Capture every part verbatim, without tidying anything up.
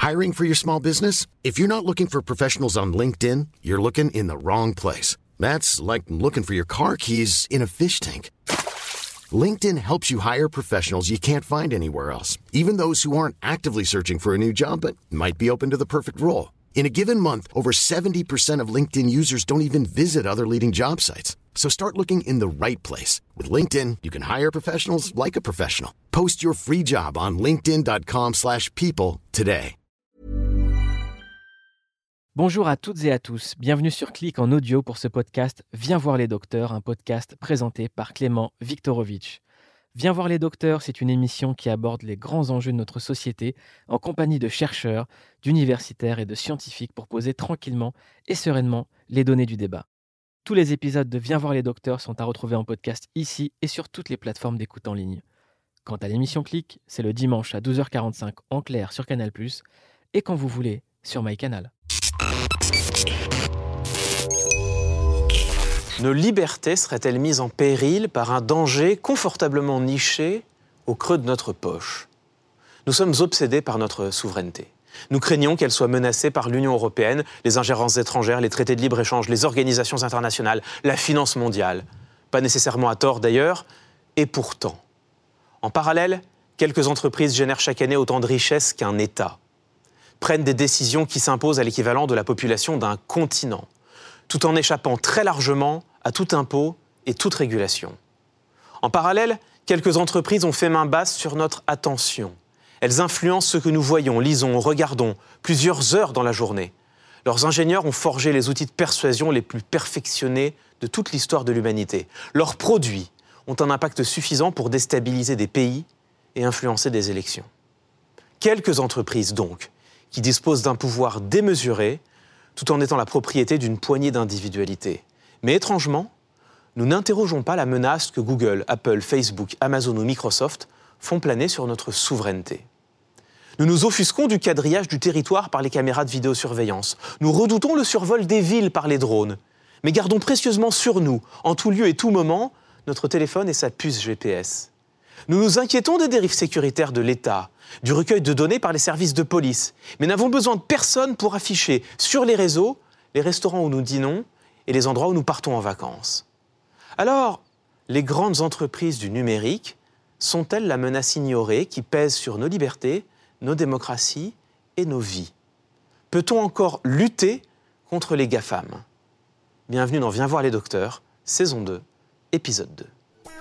Hiring for your small business? If you're not looking for professionals on LinkedIn, you're looking in the wrong place. That's like looking for your car keys in a fish tank. LinkedIn helps you hire professionals you can't find anywhere else, even those who aren't actively searching for a new job but might be open to the perfect role. In a given month, over seventy percent of LinkedIn users don't even visit other leading job sites. So start looking in the right place. With LinkedIn, you can hire professionals like a professional. Post your free job on linkedin dot com slash people today. Bonjour à toutes et à tous, bienvenue sur Click en audio pour ce podcast Viens voir les docteurs, un podcast présenté par Clément Viktorovitch. Viens voir les docteurs, c'est une émission qui aborde les grands enjeux de notre société en compagnie de chercheurs, d'universitaires et de scientifiques pour poser tranquillement et sereinement les données du débat. Tous les épisodes de Viens voir les docteurs sont à retrouver en podcast ici et sur toutes les plateformes d'écoute en ligne. Quant à l'émission Click, c'est le dimanche à douze heures quarante-cinq en clair sur Canal plus, et quand vous voulez sur MyCanal. Nos libertés seraient-elles mises en péril par un danger confortablement niché au creux de notre poche ? Nous sommes obsédés par notre souveraineté. Nous craignons qu'elle soit menacée par l'Union européenne, les ingérences étrangères, les traités de libre-échange, les organisations internationales, la finance mondiale. Pas nécessairement à tort d'ailleurs, et pourtant. En parallèle, quelques entreprises génèrent chaque année autant de richesses qu'un État. Prennent des décisions qui s'imposent à l'équivalent de la population d'un continent, tout en échappant très largement à tout impôt et toute régulation. En parallèle, quelques entreprises ont fait main basse sur notre attention. Elles influencent ce que nous voyons, lisons, regardons, plusieurs heures dans la journée. Leurs ingénieurs ont forgé les outils de persuasion les plus perfectionnés de toute l'histoire de l'humanité. Leurs produits ont un impact suffisant pour déstabiliser des pays et influencer des élections. Quelques entreprises, donc, qui disposent d'un pouvoir démesuré, tout en étant la propriété d'une poignée d'individualités. Mais étrangement, nous n'interrogeons pas la menace que Google, Apple, Facebook, Amazon ou Microsoft font planer sur notre souveraineté. Nous nous offusquons du quadrillage du territoire par les caméras de vidéosurveillance. Nous redoutons le survol des villes par les drones. Mais gardons précieusement sur nous, en tout lieu et tout moment, notre téléphone et sa puce G P S. Nous nous inquiétons des dérives sécuritaires de l'État, du recueil de données par les services de police, mais n'avons besoin de personne pour afficher sur les réseaux les restaurants où nous dînons et les endroits où nous partons en vacances. Alors, les grandes entreprises du numérique sont-elles la menace ignorée qui pèse sur nos libertés, nos démocraties et nos vies ? Peut-on encore lutter contre les GAFAM ? Bienvenue dans Viens voir les docteurs, saison deux, épisode deux.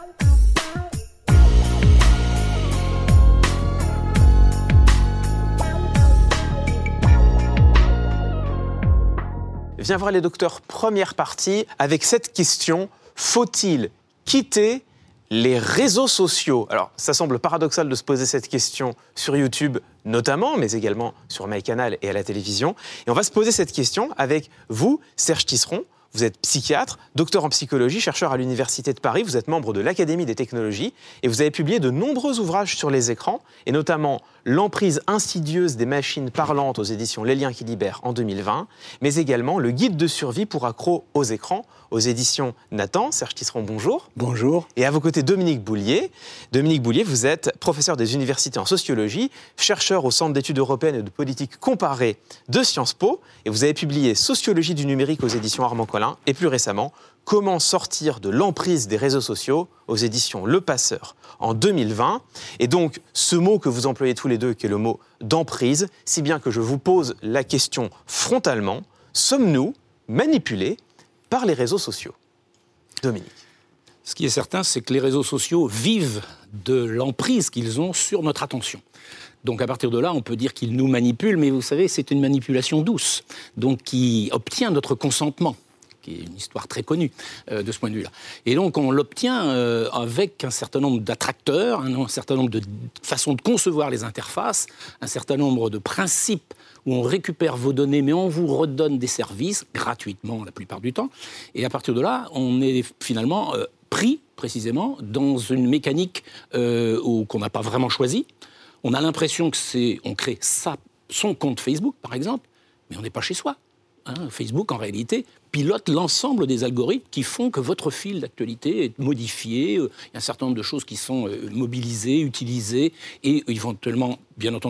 Viens voir les docteurs, première partie, avec cette question, faut-il quitter les réseaux sociaux ? Alors, ça semble paradoxal de se poser cette question sur YouTube notamment, mais également sur MyCanal et à la télévision. Et on va se poser cette question avec vous, Serge Tisseron. Vous êtes psychiatre, docteur en psychologie, chercheur à l'Université de Paris. Vous êtes membre de l'Académie des technologies et vous avez publié de nombreux ouvrages sur les écrans, et notamment L'emprise insidieuse des machines parlantes aux éditions Les Liens qui libèrent en deux mille vingt, mais également Le guide de survie pour accros aux écrans aux éditions Nathan. Serge Tisseron, bonjour. Bonjour. Et à vos côtés, Dominique Boulier. Dominique Boulier, vous êtes professeur des universités en sociologie, chercheur au Centre d'études européennes et de politique comparée de Sciences Po, et vous avez publié Sociologie du numérique aux éditions Armand Collin, et plus récemment, Comment sortir de l'emprise des réseaux sociaux aux éditions Le Passeur en deux mille vingt. Et donc, ce mot que vous employez tous les deux, qui est le mot d'emprise, si bien que je vous pose la question frontalement, sommes-nous manipulés par les réseaux sociaux ? Dominique. Ce qui est certain, c'est que les réseaux sociaux vivent de l'emprise qu'ils ont sur notre attention. Donc à partir de là, on peut dire qu'ils nous manipulent, mais vous savez, c'est une manipulation douce, donc qui obtient notre consentement, qui est une histoire très connue euh, de ce point de vue-là. Et donc on l'obtient euh, avec un certain nombre d'attracteurs, un, un certain nombre de façons de concevoir les interfaces, un certain nombre de principes où on récupère vos données, mais on vous redonne des services, gratuitement la plupart du temps. Et à partir de là, on est finalement euh, pris, précisément, dans une mécanique euh, où, qu'on n'a pas vraiment choisie. On a l'impression que c'est, on crée sa, son compte Facebook, par exemple, mais on n'est pas chez soi. Hein, Facebook, en réalité, pilote l'ensemble des algorithmes qui font que votre fil d'actualité est modifié. Il y a un certain nombre de choses qui sont mobilisées, utilisées et éventuellement, bien entendu,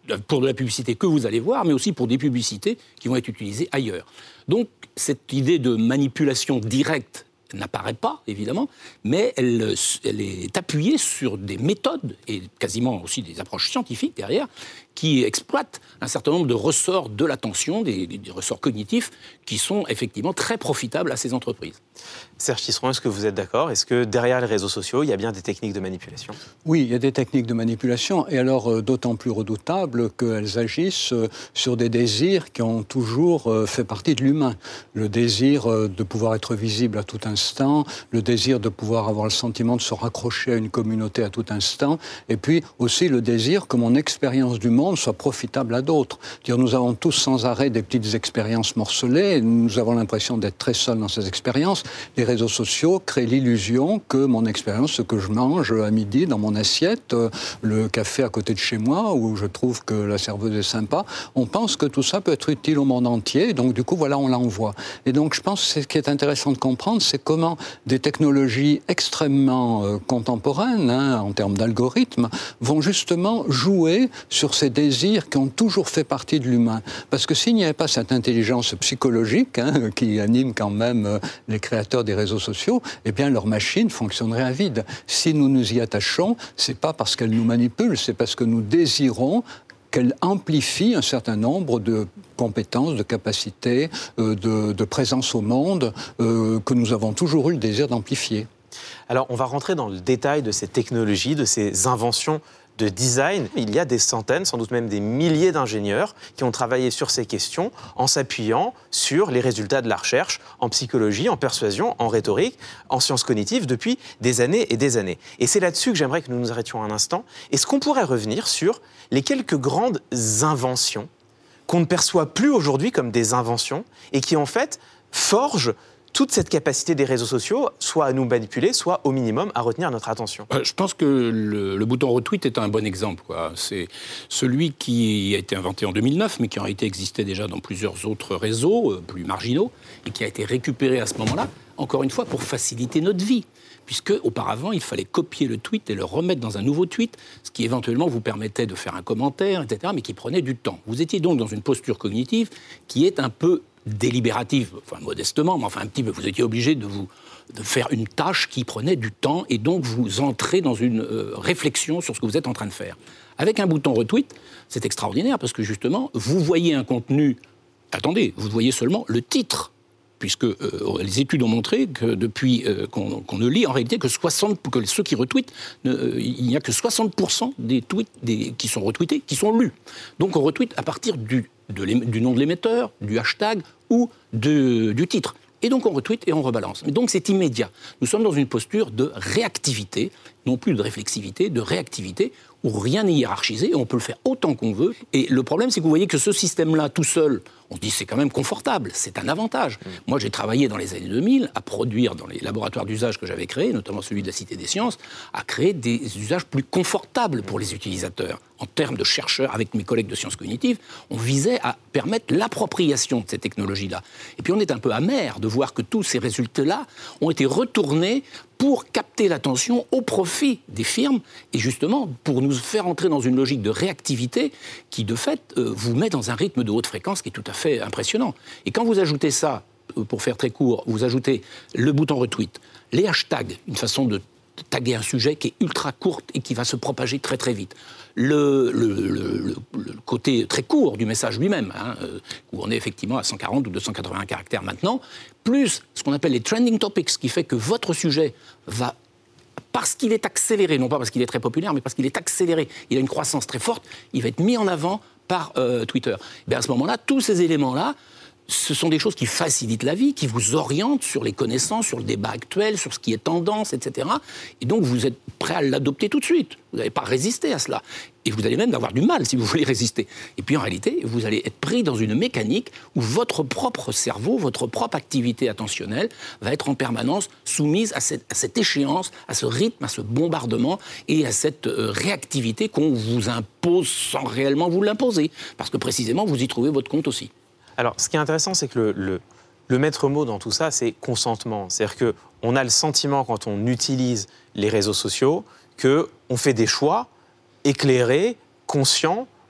pour de la publicité que vous allez voir, mais aussi pour des publicités qui vont être utilisées ailleurs. Donc, cette idée de manipulation directe n'apparaît pas, évidemment, mais elle, elle est appuyée sur des méthodes, et quasiment aussi des approches scientifiques derrière, qui exploitent un certain nombre de ressorts de l'attention, des, des ressorts cognitifs, qui sont effectivement très profitables à ces entreprises. Serge Tisseron, est-ce que vous êtes d'accord ? Est-ce que derrière les réseaux sociaux, il y a bien des techniques de manipulation ? Oui, il y a des techniques de manipulation, et alors euh, d'autant plus redoutables qu'elles agissent euh, sur des désirs qui ont toujours euh, fait partie de l'humain. Le désir euh, de pouvoir être visible à tout instant, le désir de pouvoir avoir le sentiment de se raccrocher à une communauté à tout instant, et puis aussi le désir que mon expérience du monde soit profitable à d'autres. Dire, nous avons tous sans arrêt des petites expériences morcelées, et nous avons l'impression d'être très seuls dans ces expériences. Les réseaux sociaux créent l'illusion que mon expérience, ce que je mange à midi dans mon assiette, euh, le café à côté de chez moi, où je trouve que la serveuse est sympa, on pense que tout ça peut être utile au monde entier, donc du coup, voilà, on l'envoie. Et donc, je pense que ce qui est intéressant de comprendre, c'est comment des technologies extrêmement euh, contemporaines, hein, en termes d'algorithmes, vont justement jouer sur ces désirs qui ont toujours fait partie de l'humain. Parce que s'il n'y avait pas cette intelligence psychologique, hein, qui anime quand même euh, les créateurs des réseaux sociaux, eh bien leur machine fonctionnerait à vide. Si nous nous y attachons, c'est pas parce qu'elle nous manipule, c'est parce que nous désirons qu'elle amplifie un certain nombre de compétences, de capacités, euh, de, de présence au monde, euh, que nous avons toujours eu le désir d'amplifier. Alors, on va rentrer dans le détail de ces technologies, de ces inventions de design. Il y a des centaines, sans doute même des milliers d'ingénieurs qui ont travaillé sur ces questions en s'appuyant sur les résultats de la recherche en psychologie, en persuasion, en rhétorique, en sciences cognitives depuis des années et des années. Et c'est là-dessus que j'aimerais que nous nous arrêtions un instant. Est-ce qu'on pourrait revenir sur les quelques grandes inventions qu'on ne perçoit plus aujourd'hui comme des inventions et qui en fait forgent toute cette capacité des réseaux sociaux, soit à nous manipuler, soit au minimum à retenir notre attention. Je pense que le, le bouton retweet est un bon exemple, quoi. C'est celui qui a été inventé en deux mille neuf, mais qui en réalité existait déjà dans plusieurs autres réseaux euh, plus marginaux, et qui a été récupéré à ce moment-là, encore une fois, pour faciliter notre vie. Puisque, auparavant, il fallait copier le tweet et le remettre dans un nouveau tweet, ce qui éventuellement vous permettait de faire un commentaire, et cetera, mais qui prenait du temps. Vous étiez donc dans une posture cognitive qui est un peu délibérative, enfin modestement, mais enfin un petit peu, vous étiez obligé de, vous, de faire une tâche qui prenait du temps et donc vous entrez dans une euh, réflexion sur ce que vous êtes en train de faire. Avec un bouton retweet, c'est extraordinaire parce que justement, vous voyez un contenu, attendez, vous voyez seulement le titre, puisque euh, les études ont montré que depuis euh, qu'on, qu'on ne lit en réalité que, soixante, que ceux qui retweetent, euh, il n'y a que soixante pour cent des tweets des, qui sont retweetés qui sont lus. Donc on retweet à partir du, de du nom de l'émetteur, du hashtag ou de, du titre. Et donc on retweet et on rebalance. Mais donc c'est immédiat. Nous sommes dans une posture de réactivité, non plus de réflexivité, de réactivité, où rien n'est hiérarchisé et on peut le faire autant qu'on veut. Et le problème, c'est que vous voyez que ce système-là, tout seul, on se dit c'est quand même confortable, c'est un avantage. Mmh. Moi, j'ai travaillé dans les années deux mille à produire dans les laboratoires d'usage que j'avais créés, notamment celui de la Cité des Sciences, à créer des usages plus confortables pour les utilisateurs. En termes de chercheurs, avec mes collègues de sciences cognitives, on visait à permettre l'appropriation de ces technologies-là. Et puis on est un peu amer de voir que tous ces résultats-là ont été retournés pour capter l'attention au profit des firmes et justement pour nous faire entrer dans une logique de réactivité qui, de fait, euh, vous met dans un rythme de haute fréquence qui est tout à fait impressionnant. Et quand vous ajoutez ça, pour faire très court, vous ajoutez le bouton retweet, les hashtags, une façon de taguer un sujet qui est ultra courte et qui va se propager très très vite. Le, le, le, le côté très court du message lui-même, hein, où on est effectivement à cent quarante ou deux cent quatre-vingts caractères maintenant, plus ce qu'on appelle les trending topics, ce qui fait que votre sujet va, parce qu'il est accéléré, non pas parce qu'il est très populaire, mais parce qu'il est accéléré, il a une croissance très forte, il va être mis en avant par euh, Twitter. Et bien à ce moment-là, tous ces éléments-là, ce sont des choses qui facilitent la vie, qui vous orientent sur les connaissances, sur le débat actuel, sur ce qui est tendance, et cetera. Et donc, vous êtes prêt à l'adopter tout de suite. Vous n'allez pas résister à cela. Et vous allez même avoir du mal si vous voulez résister. Et puis, en réalité, vous allez être pris dans une mécanique où votre propre cerveau, votre propre activité attentionnelle va être en permanence soumise à cette, à cette échéance, à ce rythme, à ce bombardement et à cette euh, réactivité qu'on vous impose sans réellement vous l'imposer. Parce que, précisément, vous y trouvez votre compte aussi. Alors, ce qui est intéressant, c'est que le, le, le maître mot dans tout ça, c'est consentement. C'est-à-dire qu'on a le sentiment, quand on utilise les réseaux sociaux, qu'on fait des choix éclairés, conscients,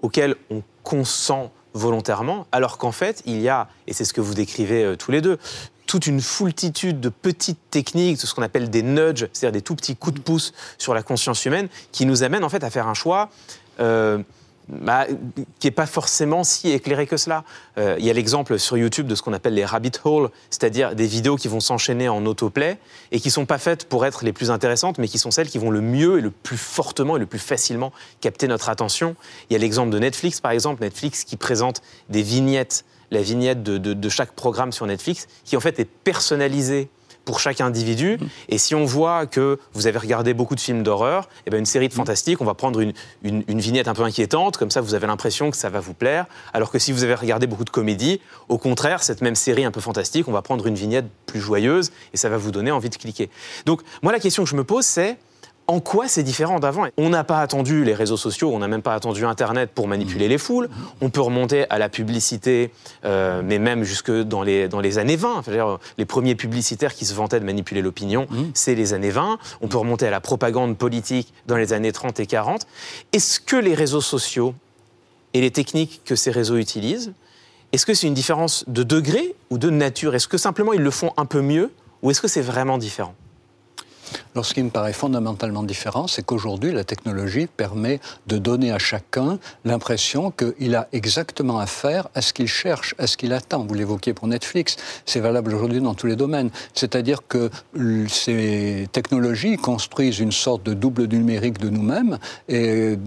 auquel on consent volontairement, alors qu'en fait, il y a, et c'est ce que vous décrivez euh, tous les deux, toute une foultitude de petites techniques, de ce qu'on appelle des nudges, c'est-à-dire des tout petits coups de pouce sur la conscience humaine, qui nous amènent en fait à faire un choix euh, bah, qui n'est pas forcément si éclairé que cela. Euh, il y a l'exemple sur YouTube de ce qu'on appelle les rabbit holes, c'est-à-dire des vidéos qui vont s'enchaîner en autoplay et qui ne sont pas faites pour être les plus intéressantes, mais qui sont celles qui vont le mieux et le plus fortement et le plus facilement capter notre attention. Il y a l'exemple de Netflix, par exemple, Netflix qui présente des vignettes, la vignette de, de, de chaque programme sur Netflix, qui en fait est personnalisée pour chaque individu. Mmh. Et si on voit que vous avez regardé beaucoup de films d'horreur, eh bien une série de fantastiques, on va prendre une, une, une vignette un peu inquiétante, comme ça vous avez l'impression que ça va vous plaire, alors que si vous avez regardé beaucoup de comédies, au contraire, cette même série un peu fantastique, on va prendre une vignette plus joyeuse et ça va vous donner envie de cliquer. Donc moi la question que je me pose, c'est en quoi c'est différent d'avant ? On n'a pas attendu les réseaux sociaux, on n'a même pas attendu Internet pour manipuler les foules. On peut remonter à la publicité, euh, mais même jusque dans les, dans les années vingt. Enfin, les premiers publicitaires qui se vantaient de manipuler l'opinion, mmh. c'est les années vingt. On peut remonter à la propagande politique dans les années trente et quarante. Est-ce que les réseaux sociaux et les techniques que ces réseaux utilisent, est-ce que c'est une différence de degré ou de nature ? Est-ce que simplement ils le font un peu mieux ou est-ce que c'est vraiment différent ? Alors, ce qui me paraît fondamentalement différent, c'est qu'aujourd'hui, la technologie permet de donner à chacun l'impression qu'il a exactement affaire à ce qu'il cherche, à ce qu'il attend. Vous l'évoquiez pour Netflix, c'est valable aujourd'hui dans tous les domaines. C'est-à-dire que ces technologies construisent une sorte de double numérique de nous-mêmes, et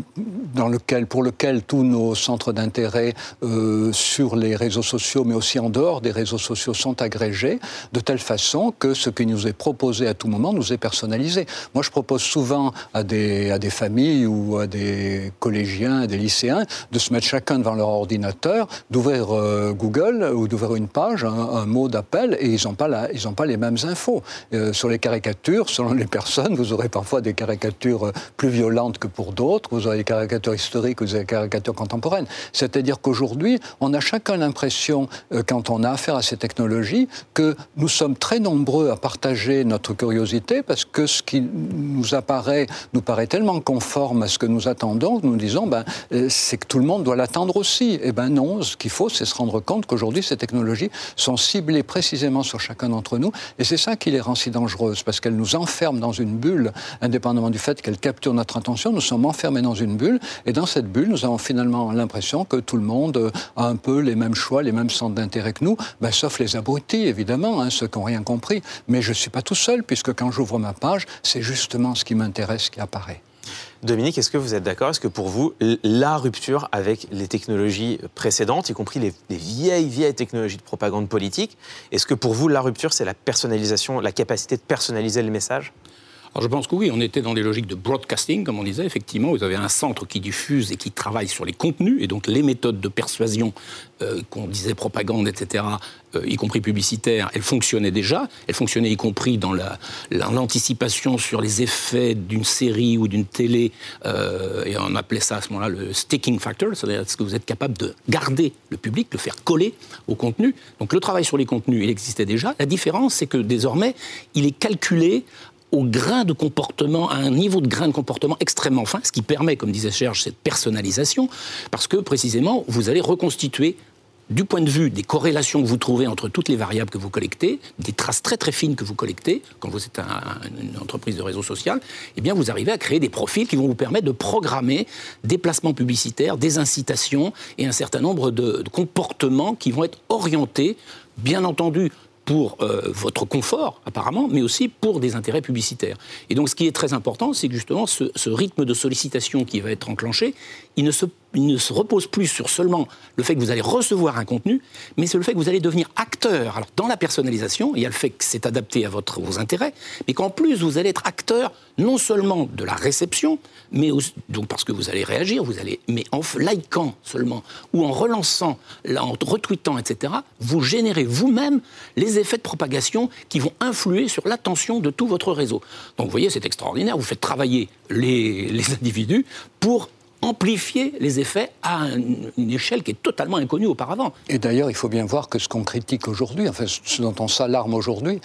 dans lequel, pour lequel tous nos centres d'intérêt euh, sur les réseaux sociaux, mais aussi en dehors des réseaux sociaux, sont agrégés, de telle façon que ce qui nous est proposé à tout moment nous est personnalisé. Moi, je propose souvent à des, à des familles ou à des collégiens, à des lycéens, de se mettre chacun devant leur ordinateur, d'ouvrir euh, Google ou d'ouvrir une page, un, un mot d'appel, et ils n'ont pas, la, ils n'ont pas les mêmes infos. Euh, sur les caricatures, selon les personnes, vous aurez parfois des caricatures plus violentes que pour d'autres, vous aurez des caricatures historiques ou des caricatures contemporaines. C'est-à-dire qu'aujourd'hui, on a chacun l'impression, euh, quand on a affaire à ces technologies, que nous sommes très nombreux à partager notre curiosité, parce que ce qui nous apparaît, nous paraît tellement conforme à ce que nous attendons, que nous disons, ben, c'est que tout le monde doit l'attendre aussi. Eh bien non, ce qu'il faut, c'est se rendre compte qu'aujourd'hui, ces technologies sont ciblées précisément sur chacun d'entre nous, et c'est ça qui les rend si dangereuses, parce qu'elles nous enferment dans une bulle, indépendamment du fait qu'elles capturent notre attention, nous sommes enfermés dans une bulle, et dans cette bulle, nous avons finalement l'impression que tout le monde a un peu les mêmes choix, les mêmes centres d'intérêt que nous, ben, sauf les abrutis, évidemment, hein, ceux qui n'ont rien compris. Mais je ne suis pas tout seul, puisque quand j'ouvre ma page, c'est justement ce qui m'intéresse qui apparaît. Dominique, est-ce que vous êtes d'accord ? Est-ce que pour vous, la rupture avec les technologies précédentes, y compris les, les vieilles, vieilles technologies de propagande politique, est-ce que pour vous, la rupture, c'est la personnalisation, la capacité de personnaliser le message ? Alors je pense que oui, on était dans des logiques de broadcasting, comme on disait. Effectivement, vous avez un centre qui diffuse et qui travaille sur les contenus, et donc les méthodes de persuasion, euh, qu'on disait propagande, et cetera, euh, y compris publicitaire, elles fonctionnaient déjà. Elles fonctionnaient y compris dans la, la, l'anticipation sur les effets d'une série ou d'une télé, euh, et on appelait ça à ce moment-là le sticking factor, c'est-à-dire est-ce que vous êtes capable de garder le public, le faire coller au contenu. Donc le travail sur les contenus, il existait déjà. La différence, c'est que désormais, il est calculé au grain de comportement, à un niveau de grain de comportement extrêmement fin, ce qui permet, comme disait Serge, cette personnalisation, parce que, précisément, vous allez reconstituer, du point de vue des corrélations que vous trouvez entre toutes les variables que vous collectez, des traces très très fines que vous collectez, quand vous êtes un, une entreprise de réseau social, eh bien, vous arrivez à créer des profils qui vont vous permettre de programmer des placements publicitaires, des incitations et un certain nombre de, de comportements qui vont être orientés, bien entendu, pour euh, votre confort, apparemment, mais aussi pour des intérêts publicitaires. Et donc, ce qui est très important, c'est que justement, ce, ce rythme de sollicitation qui va être enclenché, il ne, se, il ne se repose plus sur seulement le fait que vous allez recevoir un contenu, mais c'est le fait que vous allez devenir acteur. Alors, dans la personnalisation, il y a le fait que c'est adapté à votre, vos intérêts, mais qu'en plus, vous allez être acteur non seulement de la réception, mais aussi, donc parce que vous allez réagir, vous allez, mais en likant seulement, ou en relançant, en retweetant, et cetera, vous générez vous-même les effets de propagation qui vont influer sur l'attention de tout votre réseau. Donc vous voyez, c'est extraordinaire, vous faites travailler les, les individus pour amplifier les effets à une échelle qui est totalement inconnue auparavant. Et d'ailleurs, il faut bien voir que ce qu'on critique aujourd'hui, enfin ce dont on s'alarme aujourd'hui,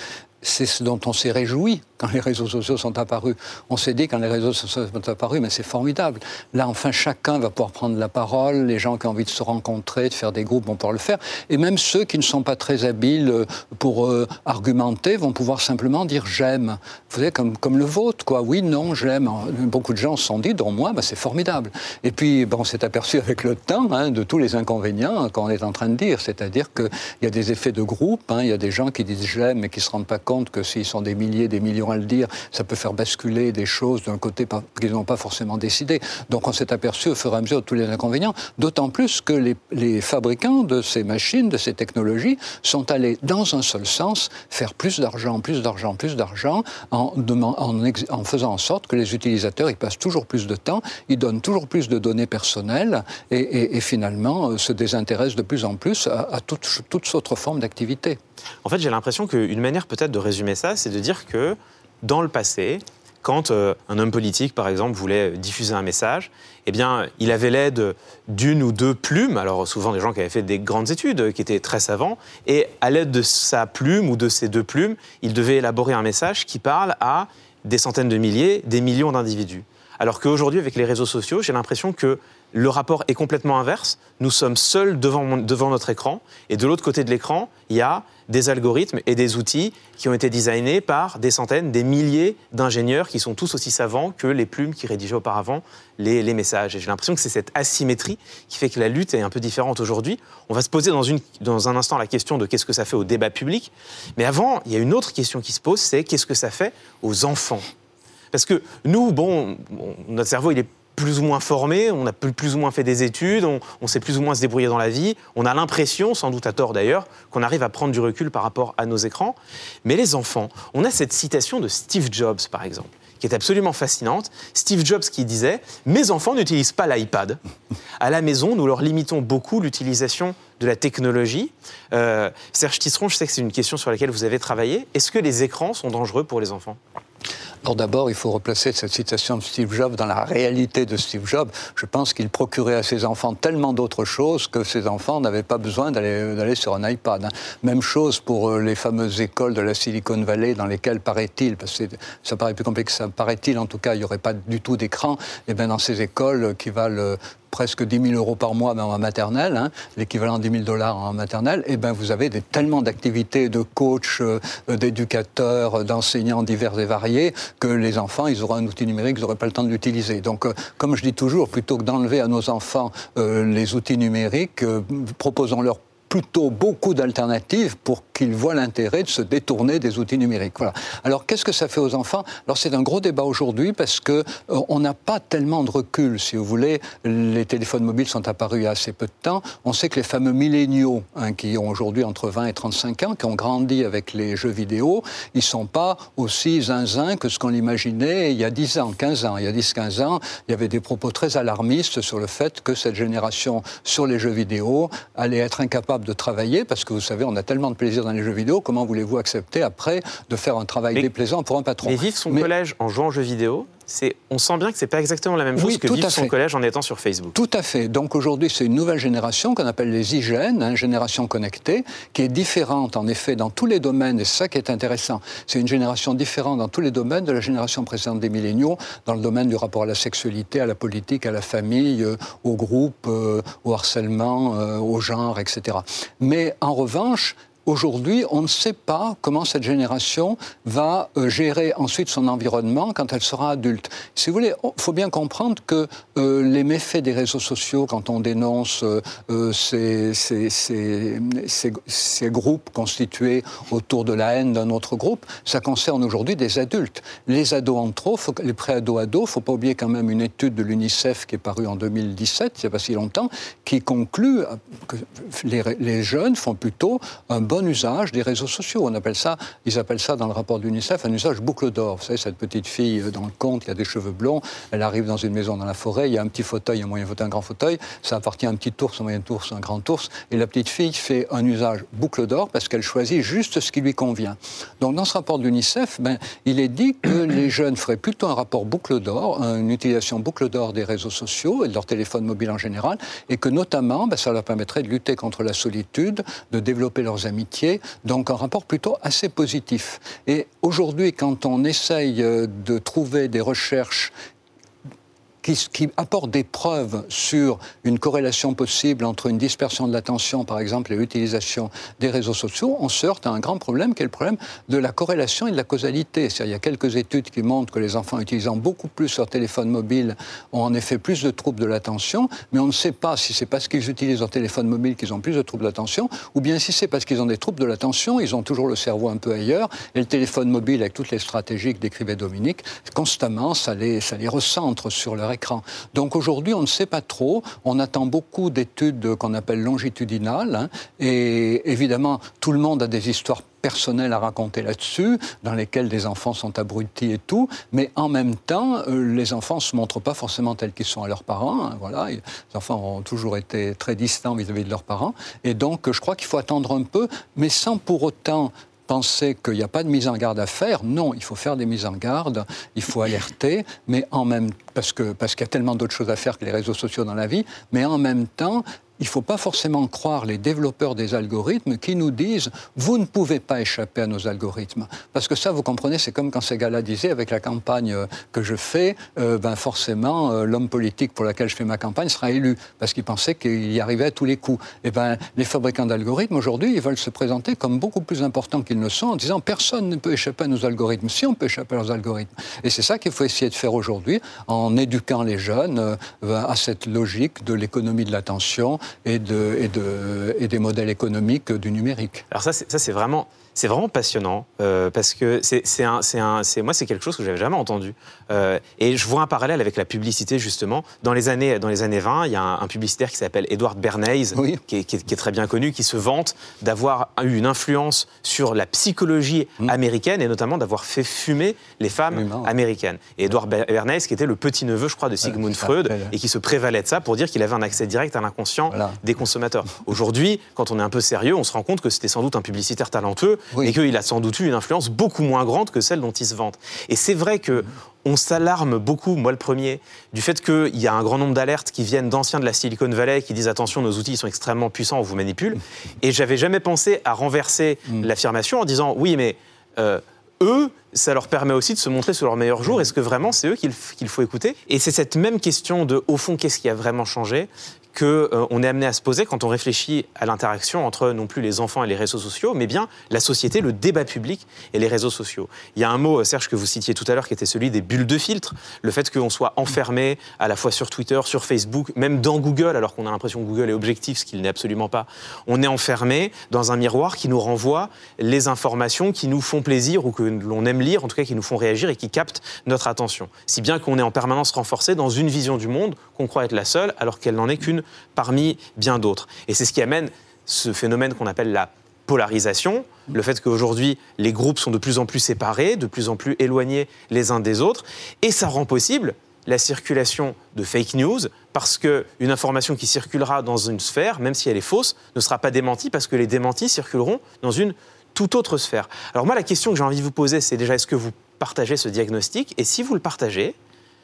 c'est ce dont on s'est réjoui quand les réseaux sociaux sont apparus. On s'est dit, quand les réseaux sociaux sont apparus, mais c'est formidable. Là, enfin, chacun va pouvoir prendre la parole. Les gens qui ont envie de se rencontrer, de faire des groupes vont pouvoir le faire. Et même ceux qui ne sont pas très habiles pour euh, argumenter vont pouvoir simplement dire « j'aime ». Vous savez, comme, comme le vôtre, quoi. Oui, non, j'aime. Beaucoup de gens se sont dit, dont moi, bah, c'est formidable. Et puis, bah, on s'est aperçu avec le temps hein, de tous les inconvénients qu'on est en train de dire. C'est-à-dire qu'il y a des effets de groupe. Hein. Il y a des gens qui disent « j'aime » mais qui ne se rendent pas compte que s'ils sont des milliers, des millions à le dire, ça peut faire basculer des choses d'un côté qu'ils n'ont pas forcément décidé. Donc on s'est aperçu au fur et à mesure de tous les inconvénients, d'autant plus que les, les fabricants de ces machines, de ces technologies, sont allés dans un seul sens, faire plus d'argent, plus d'argent, plus d'argent, en, en, en faisant en sorte que les utilisateurs ils passent toujours plus de temps, ils donnent toujours plus de données personnelles et, et, et finalement se désintéressent de plus en plus à, à toute, toute autre forme d'activité. En fait, j'ai l'impression qu'une manière peut-être de résumer ça, c'est de dire que dans le passé, quand euh, un homme politique, par exemple, voulait diffuser un message, eh bien, il avait l'aide d'une ou deux plumes, alors souvent des gens qui avaient fait des grandes études, qui étaient très savants, et à l'aide de sa plume ou de ces deux plumes, il devait élaborer un message qui parle à des centaines de milliers, des millions d'individus. Alors qu'aujourd'hui, avec les réseaux sociaux, j'ai l'impression que le rapport est complètement inverse. Nous sommes seuls devant, mon, devant notre écran. Et de l'autre côté de l'écran, il y a des algorithmes et des outils qui ont été designés par des centaines, des milliers d'ingénieurs qui sont tous aussi savants que les plumes qui rédigeaient auparavant les, les messages. Et j'ai l'impression que c'est cette asymétrie qui fait que la lutte est un peu différente aujourd'hui. On va se poser dans, une, dans un instant la question de qu'est-ce que ça fait au débat public. Mais avant, il y a une autre question qui se pose, c'est qu'est-ce que ça fait aux enfants ? Parce que nous, bon, notre cerveau, il est plus ou moins formé, on a plus ou moins fait des études, on, on sait plus ou moins se débrouiller dans la vie. On a l'impression, sans doute à tort d'ailleurs, qu'on arrive à prendre du recul par rapport à nos écrans. Mais les enfants, on a cette citation de Steve Jobs, par exemple, qui est absolument fascinante. Steve Jobs qui disait « Mes enfants n'utilisent pas l'iPad. À la maison, nous leur limitons beaucoup l'utilisation de la technologie. Euh, » Serge Tisseron, je sais que c'est une question sur laquelle vous avez travaillé. Est-ce que les écrans sont dangereux pour les enfants ? Alors d'abord, il faut replacer cette citation de Steve Jobs dans la réalité de Steve Jobs. Je pense qu'il procurait à ses enfants tellement d'autres choses que ses enfants n'avaient pas besoin d'aller, d'aller sur un iPad. Hein. Même chose pour les fameuses écoles de la Silicon Valley dans lesquelles, paraît-il, parce que ça paraît plus compliqué que ça, paraît-il en tout cas, il n'y aurait pas du tout d'écran. Et bien dans ces écoles qui valent presque dix mille euros par mois, même en maternelle, hein, l'équivalent de dix mille dollars en maternelle, et ben vous avez des, tellement d'activités de coachs, euh, d'éducateurs, d'enseignants divers et variés, que les enfants, ils auront un outil numérique, ils n'auraient pas le temps de l'utiliser. Donc, euh, comme je dis toujours, plutôt que d'enlever à nos enfants euh, les outils numériques, euh, proposons-leur plutôt beaucoup d'alternatives pour qu'ils voient l'intérêt de se détourner des outils numériques. Voilà. Alors, qu'est-ce que ça fait aux enfants ? Alors, c'est un gros débat aujourd'hui parce qu'on euh, n'a pas tellement de recul, si vous voulez. Les téléphones mobiles sont apparus il y a assez peu de temps. On sait que les fameux milléniaux, hein, qui ont aujourd'hui entre vingt et trente-cinq ans, qui ont grandi avec les jeux vidéo, ils ne sont pas aussi zinzins que ce qu'on imaginait il y a dix ans, quinze ans. Il y a dix quinze ans, il y avait des propos très alarmistes sur le fait que cette génération sur les jeux vidéo allait être incapable de travailler, parce que vous savez, on a tellement de plaisir dans les jeux vidéo, comment voulez-vous accepter après de faire un travail mais, déplaisant pour un patron ? Mais vivre son mais, collège en jouant aux jeux vidéo, c'est, on sent bien que c'est pas exactement la même chose oui, que vivre son collège en étant sur Facebook. Tout à fait. Donc aujourd'hui, c'est une nouvelle génération qu'on appelle les I-Gènes, hein, génération connectée, qui est différente en effet dans tous les domaines, et c'est ça qui est intéressant. C'est une génération différente dans tous les domaines de la génération précédente des milléniaux, dans le domaine du rapport à la sexualité, à la politique, à la famille, euh, au groupe, euh, au harcèlement, euh, au genre, et cetera. Mais en revanche, aujourd'hui, on ne sait pas comment cette génération va euh, gérer ensuite son environnement quand elle sera adulte. Si vous voulez, il faut bien comprendre que euh, les méfaits des réseaux sociaux, quand on dénonce euh, euh, ces, ces, ces, ces, ces groupes constitués autour de la haine d'un autre groupe, ça concerne aujourd'hui des adultes. Les ados entre autres, faut, les pré-ados-ados, il ne faut pas oublier quand même une étude de l'UNICEF qui est parue en deux mille dix-sept, il n'y a pas si longtemps, qui conclut que les, les jeunes font plutôt un bon bon usage des réseaux sociaux. On appelle ça, ils appellent ça dans le rapport de l'UNICEF un usage boucle d'or. Vous savez, cette petite fille dans le conte, qui a des cheveux blonds, elle arrive dans une maison dans la forêt, il y a un petit fauteuil, un moyen fauteuil, un grand fauteuil, ça appartient à un petit ours, un moyen ours, un grand ours, et la petite fille fait un usage boucle d'or parce qu'elle choisit juste ce qui lui convient. Donc dans ce rapport de l'UNICEF, ben, il est dit que les jeunes feraient plutôt un rapport boucle d'or, une utilisation boucle d'or des réseaux sociaux et de leur téléphone mobile en général, et que notamment, ben, ça leur permettrait de lutter contre la solitude, de développer leurs amitiés, d'amitié, donc un rapport plutôt assez positif. Et aujourd'hui, quand on essaye de trouver des recherches Qui, qui apporte des preuves sur une corrélation possible entre une dispersion de l'attention, par exemple, et l'utilisation des réseaux sociaux, on se heurte à un grand problème qui est le problème de la corrélation et de la causalité. C'est-à-dire, il y a quelques études qui montrent que les enfants utilisant beaucoup plus leur téléphone mobile ont en effet plus de troubles de l'attention, mais on ne sait pas si c'est parce qu'ils utilisent leur téléphone mobile qu'ils ont plus de troubles de l'attention, ou bien si c'est parce qu'ils ont des troubles de l'attention, ils ont toujours le cerveau un peu ailleurs, et le téléphone mobile, avec toutes les stratégies que décrivait Dominique, constamment, ça les, ça les recentre sur leur écran. Donc aujourd'hui, on ne sait pas trop. On attend beaucoup d'études qu'on appelle longitudinales. Hein, et évidemment, tout le monde a des histoires personnelles à raconter là-dessus, dans lesquelles des enfants sont abrutis et tout. Mais en même temps, euh, les enfants ne se montrent pas forcément tels qu'ils sont à leurs parents. Hein, voilà. Les enfants ont toujours été très distants vis-à-vis de leurs parents. Et donc, je crois qu'il faut attendre un peu, mais sans pour autant penser qu'il n'y a pas de mise en garde à faire. Non, il faut faire des mises en garde, il faut alerter, mais en même parce que parce qu'il y a tellement d'autres choses à faire que les réseaux sociaux dans la vie, mais en même temps, il ne faut pas forcément croire les développeurs des algorithmes qui nous disent « vous ne pouvez pas échapper à nos algorithmes ». Parce que ça, vous comprenez, c'est comme quand ces gars-là disaient, avec la campagne que je fais, euh, ben forcément, euh, l'homme politique pour lequel je fais ma campagne sera élu, parce qu'ils pensaient qu'il y arrivait à tous les coups. Et ben, les fabricants d'algorithmes, aujourd'hui, ils veulent se présenter comme beaucoup plus importants qu'ils ne sont, en disant « personne ne peut échapper à nos algorithmes ». Si, on peut échapper à leurs algorithmes. Et c'est ça qu'il faut essayer de faire aujourd'hui, en éduquant les jeunes euh, à cette logique de l'économie de l'attention, Et, de, et, de, et des modèles économiques du numérique. Alors ça, c'est, ça, c'est vraiment... C'est vraiment passionnant, euh, parce que c'est, c'est un, c'est un, c'est, moi, c'est quelque chose que je n'avais jamais entendu. Euh, et je vois un parallèle avec la publicité, justement. Dans les années, dans les années vingt, il y a un, un publicitaire qui s'appelle Edward Bernays, oui. qui, est, qui, est, qui est très bien connu, qui se vante d'avoir eu une influence sur la psychologie mmh. américaine, et notamment d'avoir fait fumer les femmes Humain, américaines. Et Edward Bernays, qui était le petit-neveu, je crois, de Sigmund ouais, Freud, ça, et qui se prévalait de ça pour dire qu'il avait un accès direct à l'inconscient voilà. des consommateurs. Aujourd'hui, quand on est un peu sérieux, on se rend compte que c'était sans doute un publicitaire talentueux, oui. et qu'il a sans doute eu une influence beaucoup moins grande que celle dont il se vante. Et c'est vrai qu'on s'alarme beaucoup, moi le premier, du fait qu'il y a un grand nombre d'alertes qui viennent d'anciens de la Silicon Valley qui disent « attention, nos outils sont extrêmement puissants, on vous manipule ». Et j'avais jamais pensé à renverser mmh. l'affirmation en disant « oui, mais euh, eux, ça leur permet aussi de se montrer sur leur meilleur jour. Est-ce que vraiment c'est eux qu'il, qu'il faut écouter ?» Et c'est cette même question de, au fond, qu'est-ce qui a vraiment changé qu'on euh, est amené à se poser quand on réfléchit à l'interaction entre non plus les enfants et les réseaux sociaux, mais bien la société, le débat public et les réseaux sociaux. Il y a un mot, Serge, que vous citiez tout à l'heure, qui était celui des bulles de filtre. Le fait qu'on soit enfermé à la fois sur Twitter, sur Facebook, même dans Google, alors qu'on a l'impression que Google est objectif, ce qu'il n'est absolument pas. On est enfermé dans un miroir qui nous renvoie les informations qui nous font plaisir ou que l'on aime lire, en tout cas qui nous font réagir et qui captent notre attention. Si bien qu'on est en permanence renforcé dans une vision du monde qu'on croit être la seule, alors qu'elle n'en est qu'une parmi bien d'autres. Et c'est ce qui amène ce phénomène qu'on appelle la polarisation, le fait qu'aujourd'hui, les groupes sont de plus en plus séparés, de plus en plus éloignés les uns des autres, et ça rend possible la circulation de fake news, parce qu'une information qui circulera dans une sphère, même si elle est fausse, ne sera pas démentie, parce que les démentis circuleront dans une toute autre sphère. Alors moi, la question que j'ai envie de vous poser, c'est déjà, est-ce que vous partagez ce diagnostic ? Et si vous le partagez,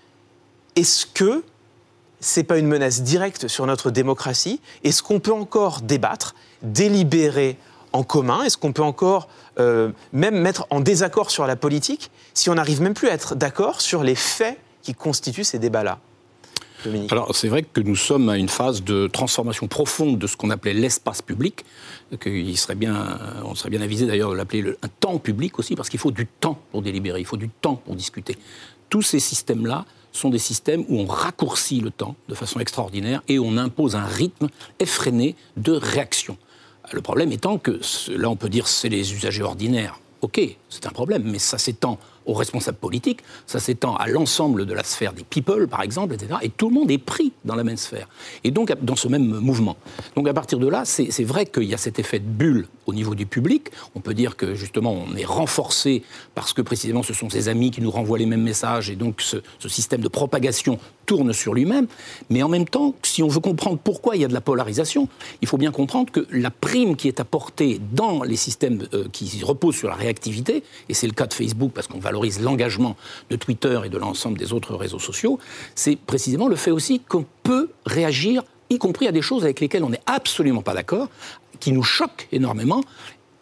est-ce que c'est pas une menace directe sur notre démocratie ? Est-ce qu'on peut encore débattre, délibérer en commun ? Est-ce qu'on peut encore euh, même mettre en désaccord sur la politique si on n'arrive même plus à être d'accord sur les faits qui constituent ces débats-là ? Dominique. Alors, c'est vrai que nous sommes à une phase de transformation profonde de ce qu'on appelait l'espace public, qu'il serait bien, on serait bien avisé d'ailleurs de l'appeler le, un temps public aussi, parce qu'il faut du temps pour délibérer, il faut du temps pour discuter. Tous ces systèmes-là sont des systèmes où on raccourcit le temps de façon extraordinaire et on impose un rythme effréné de réaction. Le problème étant que, là on peut dire c'est les usagers ordinaires. Ok, c'est un problème, mais ça s'étend aux responsables politiques, ça s'étend à l'ensemble de la sphère des people, par exemple, et cetera. Et tout le monde est pris dans la même sphère. Et donc, dans ce même mouvement. Donc, à partir de là, c'est, c'est vrai qu'il y a cet effet de bulle au niveau du public. On peut dire que, justement, on est renforcé parce que, précisément, ce sont ses amis qui nous renvoient les mêmes messages. Et donc, ce, ce système de propagation tourne sur lui-même. Mais en même temps, si on veut comprendre pourquoi il y a de la polarisation, il faut bien comprendre que la prime qui est apportée dans les systèmes euh, qui reposent sur la réactivité, et c'est le cas de Facebook parce qu'on valorise l'engagement de Twitter et de l'ensemble des autres réseaux sociaux, c'est précisément le fait aussi qu'on peut réagir, y compris à des choses avec lesquelles on n'est absolument pas d'accord, qui nous choquent énormément,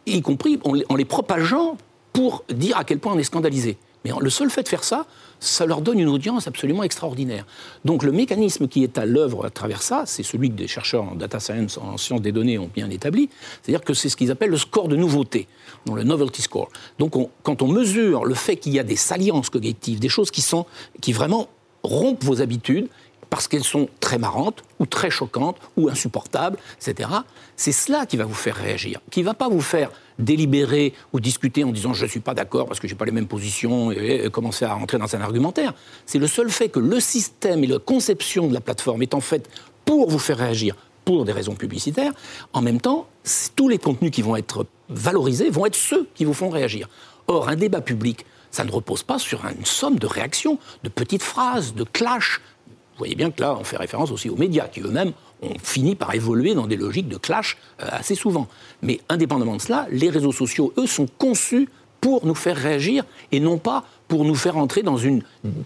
y compris en les, en les propageant pour dire à quel point on est scandalisé. Mais le seul fait de faire ça, ça leur donne une audience absolument extraordinaire. Donc le mécanisme qui est à l'œuvre à travers ça, c'est celui que des chercheurs en data science, en sciences des données ont bien établi, c'est-à-dire que c'est ce qu'ils appellent le score de nouveauté, donc le novelty score. Donc on, quand on mesure le fait qu'il y a des saliences cognitives, des choses qui, sont, qui vraiment rompent vos habitudes, parce qu'elles sont très marrantes, ou très choquantes, ou insupportables, et cetera, c'est cela qui va vous faire réagir, qui ne va pas vous faire délibérer ou discuter en disant « je ne suis pas d'accord parce que je n'ai pas les mêmes positions » et, et commencer à rentrer dans un argumentaire. C'est le seul fait que le système et la conception de la plateforme est en fait pour vous faire réagir pour des raisons publicitaires. En même temps, tous les contenus qui vont être valorisés vont être ceux qui vous font réagir. Or, un débat public, ça ne repose pas sur une somme de réactions, de petites phrases, de clashs. Vous voyez bien que là, on fait référence aussi aux médias, qui eux-mêmes ont fini par évoluer dans des logiques de clash euh, assez souvent. Mais indépendamment de cela, les réseaux sociaux, eux, sont conçus pour nous faire réagir et non pas pour nous faire entrer dans une,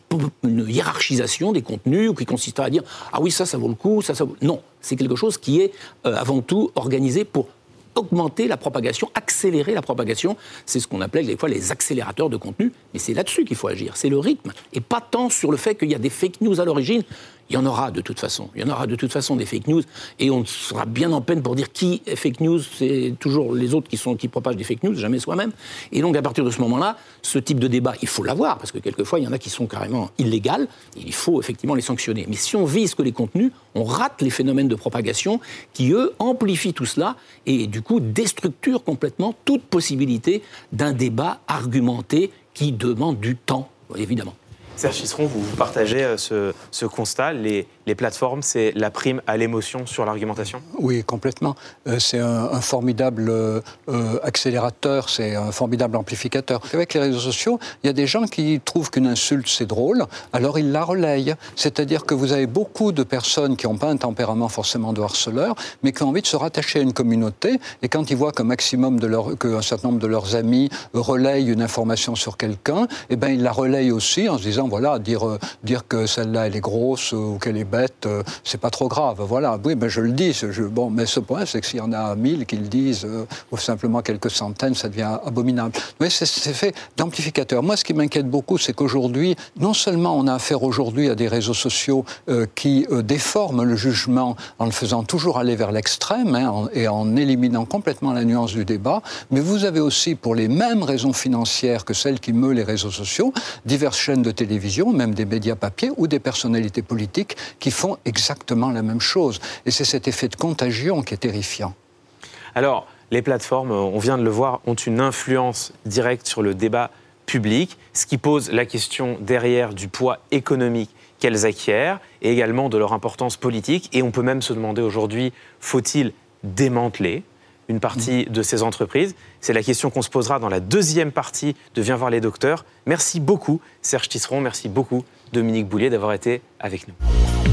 une hiérarchisation des contenus ou qui consisterait à dire « ah oui, ça, ça vaut le coup, ça, ça vaut... » Non, c'est quelque chose qui est euh, avant tout organisé pour augmenter la propagation, accélérer la propagation. C'est ce qu'on appelait des fois les accélérateurs de contenu. Mais c'est là-dessus qu'il faut agir. C'est le rythme. Et pas tant sur le fait qu'il y a des fake news à l'origine. Il y en aura de toute façon. Il y en aura de toute façon des fake news. Et on sera bien en peine pour dire qui est fake news. C'est toujours les autres qui, sont, qui propagent des fake news, jamais soi-même. Et donc, à partir de ce moment-là, ce type de débat, il faut l'avoir. Parce que quelquefois, il y en a qui sont carrément illégales. Il faut effectivement les sanctionner. Mais si on vise que les contenus, on rate les phénomènes de propagation qui, eux, amplifient tout cela et, du coup, déstructurent complètement toute possibilité d'un débat argumenté qui demande du temps, évidemment. Serge Tisseron, vous, vous partagez ce, ce constat, les, les plateformes, c'est la prime à l'émotion sur l'argumentation ? Oui, complètement. Euh, c'est un, un formidable euh, accélérateur, c'est un formidable amplificateur. Avec les réseaux sociaux, il y a des gens qui trouvent qu'une insulte, c'est drôle, alors ils la relayent. C'est-à-dire que vous avez beaucoup de personnes qui n'ont pas un tempérament forcément de harceleur, mais qui ont envie de se rattacher à une communauté, et quand ils voient qu'un maximum de leur, qu'un certain nombre de leurs amis relayent une information sur quelqu'un, eh ben, ils la relayent aussi en se disant voilà, dire, euh, dire que celle-là, elle est grosse euh, ou qu'elle est bête, euh, c'est pas trop grave. Voilà, oui, ben je le dis. Je, bon, mais ce point, c'est que s'il y en a mille qui le disent, euh, ou simplement quelques centaines, ça devient abominable. Mais c'est, c'est fait d'amplificateur. Moi, ce qui m'inquiète beaucoup, c'est qu'aujourd'hui, non seulement on a affaire aujourd'hui à des réseaux sociaux euh, qui euh, déforment le jugement en le faisant toujours aller vers l'extrême hein, en, et en éliminant complètement la nuance du débat, mais vous avez aussi, pour les mêmes raisons financières que celles qui meutent les réseaux sociaux, diverses chaînes de télévision, même des médias papier ou des personnalités politiques qui font exactement la même chose. Et c'est cet effet de contagion qui est terrifiant. Alors, les plateformes, on vient de le voir, ont une influence directe sur le débat public, ce qui pose la question derrière du poids économique qu'elles acquièrent et également de leur importance politique. Et on peut même se demander aujourd'hui, faut-il démanteler une partie de ces entreprises? C'est la question qu'on se posera dans la deuxième partie de Viens voir les docteurs. Merci beaucoup Serge Tisseron, merci beaucoup Dominique Boulier d'avoir été avec nous.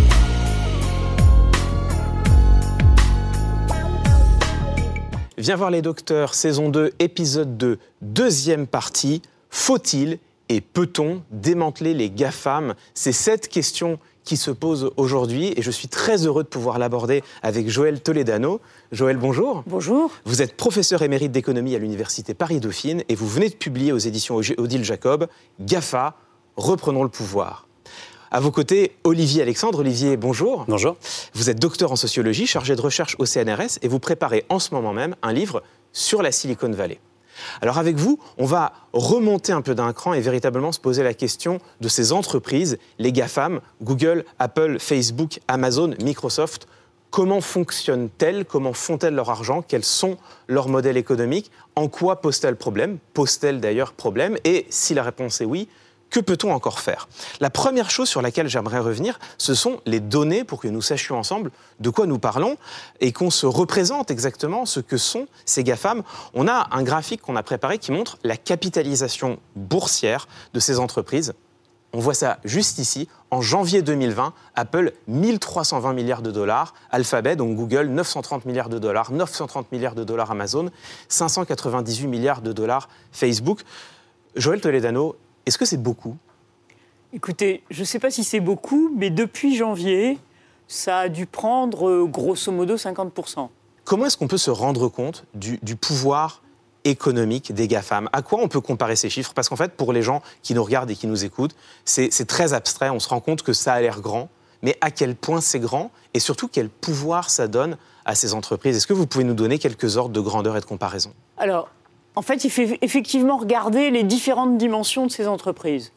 Viens voir les docteurs, saison deux, épisode deux, deuxième partie. Faut-il et peut-on démanteler les GAFAM? C'est cette question qui se pose aujourd'hui et je suis très heureux de pouvoir l'aborder avec Joëlle Toledano. Joëlle, bonjour. Bonjour. Vous êtes professeur émérite d'économie à l'Université Paris-Dauphine et vous venez de publier aux éditions Odile Jacob « GAFA, reprenons le pouvoir ». À vos côtés, Olivier Alexandre. Olivier, bonjour. Bonjour. Vous êtes docteur en sociologie, chargé de recherche au C N R S et vous préparez en ce moment même un livre sur la Silicon Valley. Alors avec vous, on va remonter un peu d'un cran et véritablement se poser la question de ces entreprises, les GAFAM, Google, Apple, Facebook, Amazon, Microsoft. Comment fonctionnent-elles? Comment font-elles leur argent? Quels sont leurs modèles économiques? En quoi posent-elles problème? Posent-elles d'ailleurs problème? Et si la réponse est oui, que peut-on encore faire? La première chose sur laquelle j'aimerais revenir, ce sont les données pour que nous sachions ensemble de quoi nous parlons et qu'on se représente exactement ce que sont ces GAFAM. On a un graphique qu'on a préparé qui montre la capitalisation boursière de ces entreprises. On voit ça juste ici. En janvier deux mille vingt, Apple, mille trois cent vingt milliards de dollars. Alphabet, donc Google, neuf cent trente milliards de dollars. neuf cent trente milliards de dollars Amazon. cinq cent quatre-vingt-dix-huit milliards de dollars Facebook. Joëlle Toledano, est-ce que c'est beaucoup? Écoutez, je ne sais pas si c'est beaucoup, mais depuis janvier, ça a dû prendre euh, grosso modo cinquante pour cent. Comment est-ce qu'on peut se rendre compte du, du pouvoir économique des GAFAM. À quoi on peut comparer ces chiffres ? Parce qu'en fait, pour les gens qui nous regardent et qui nous écoutent, c'est, c'est très abstrait. On se rend compte que ça a l'air grand, mais à quel point c'est grand et surtout quel pouvoir ça donne à ces entreprises. Est-ce que vous pouvez nous donner quelques ordres de grandeur et de comparaison ? Alors, en fait, il faut effectivement regarder les différentes dimensions de ces entreprises.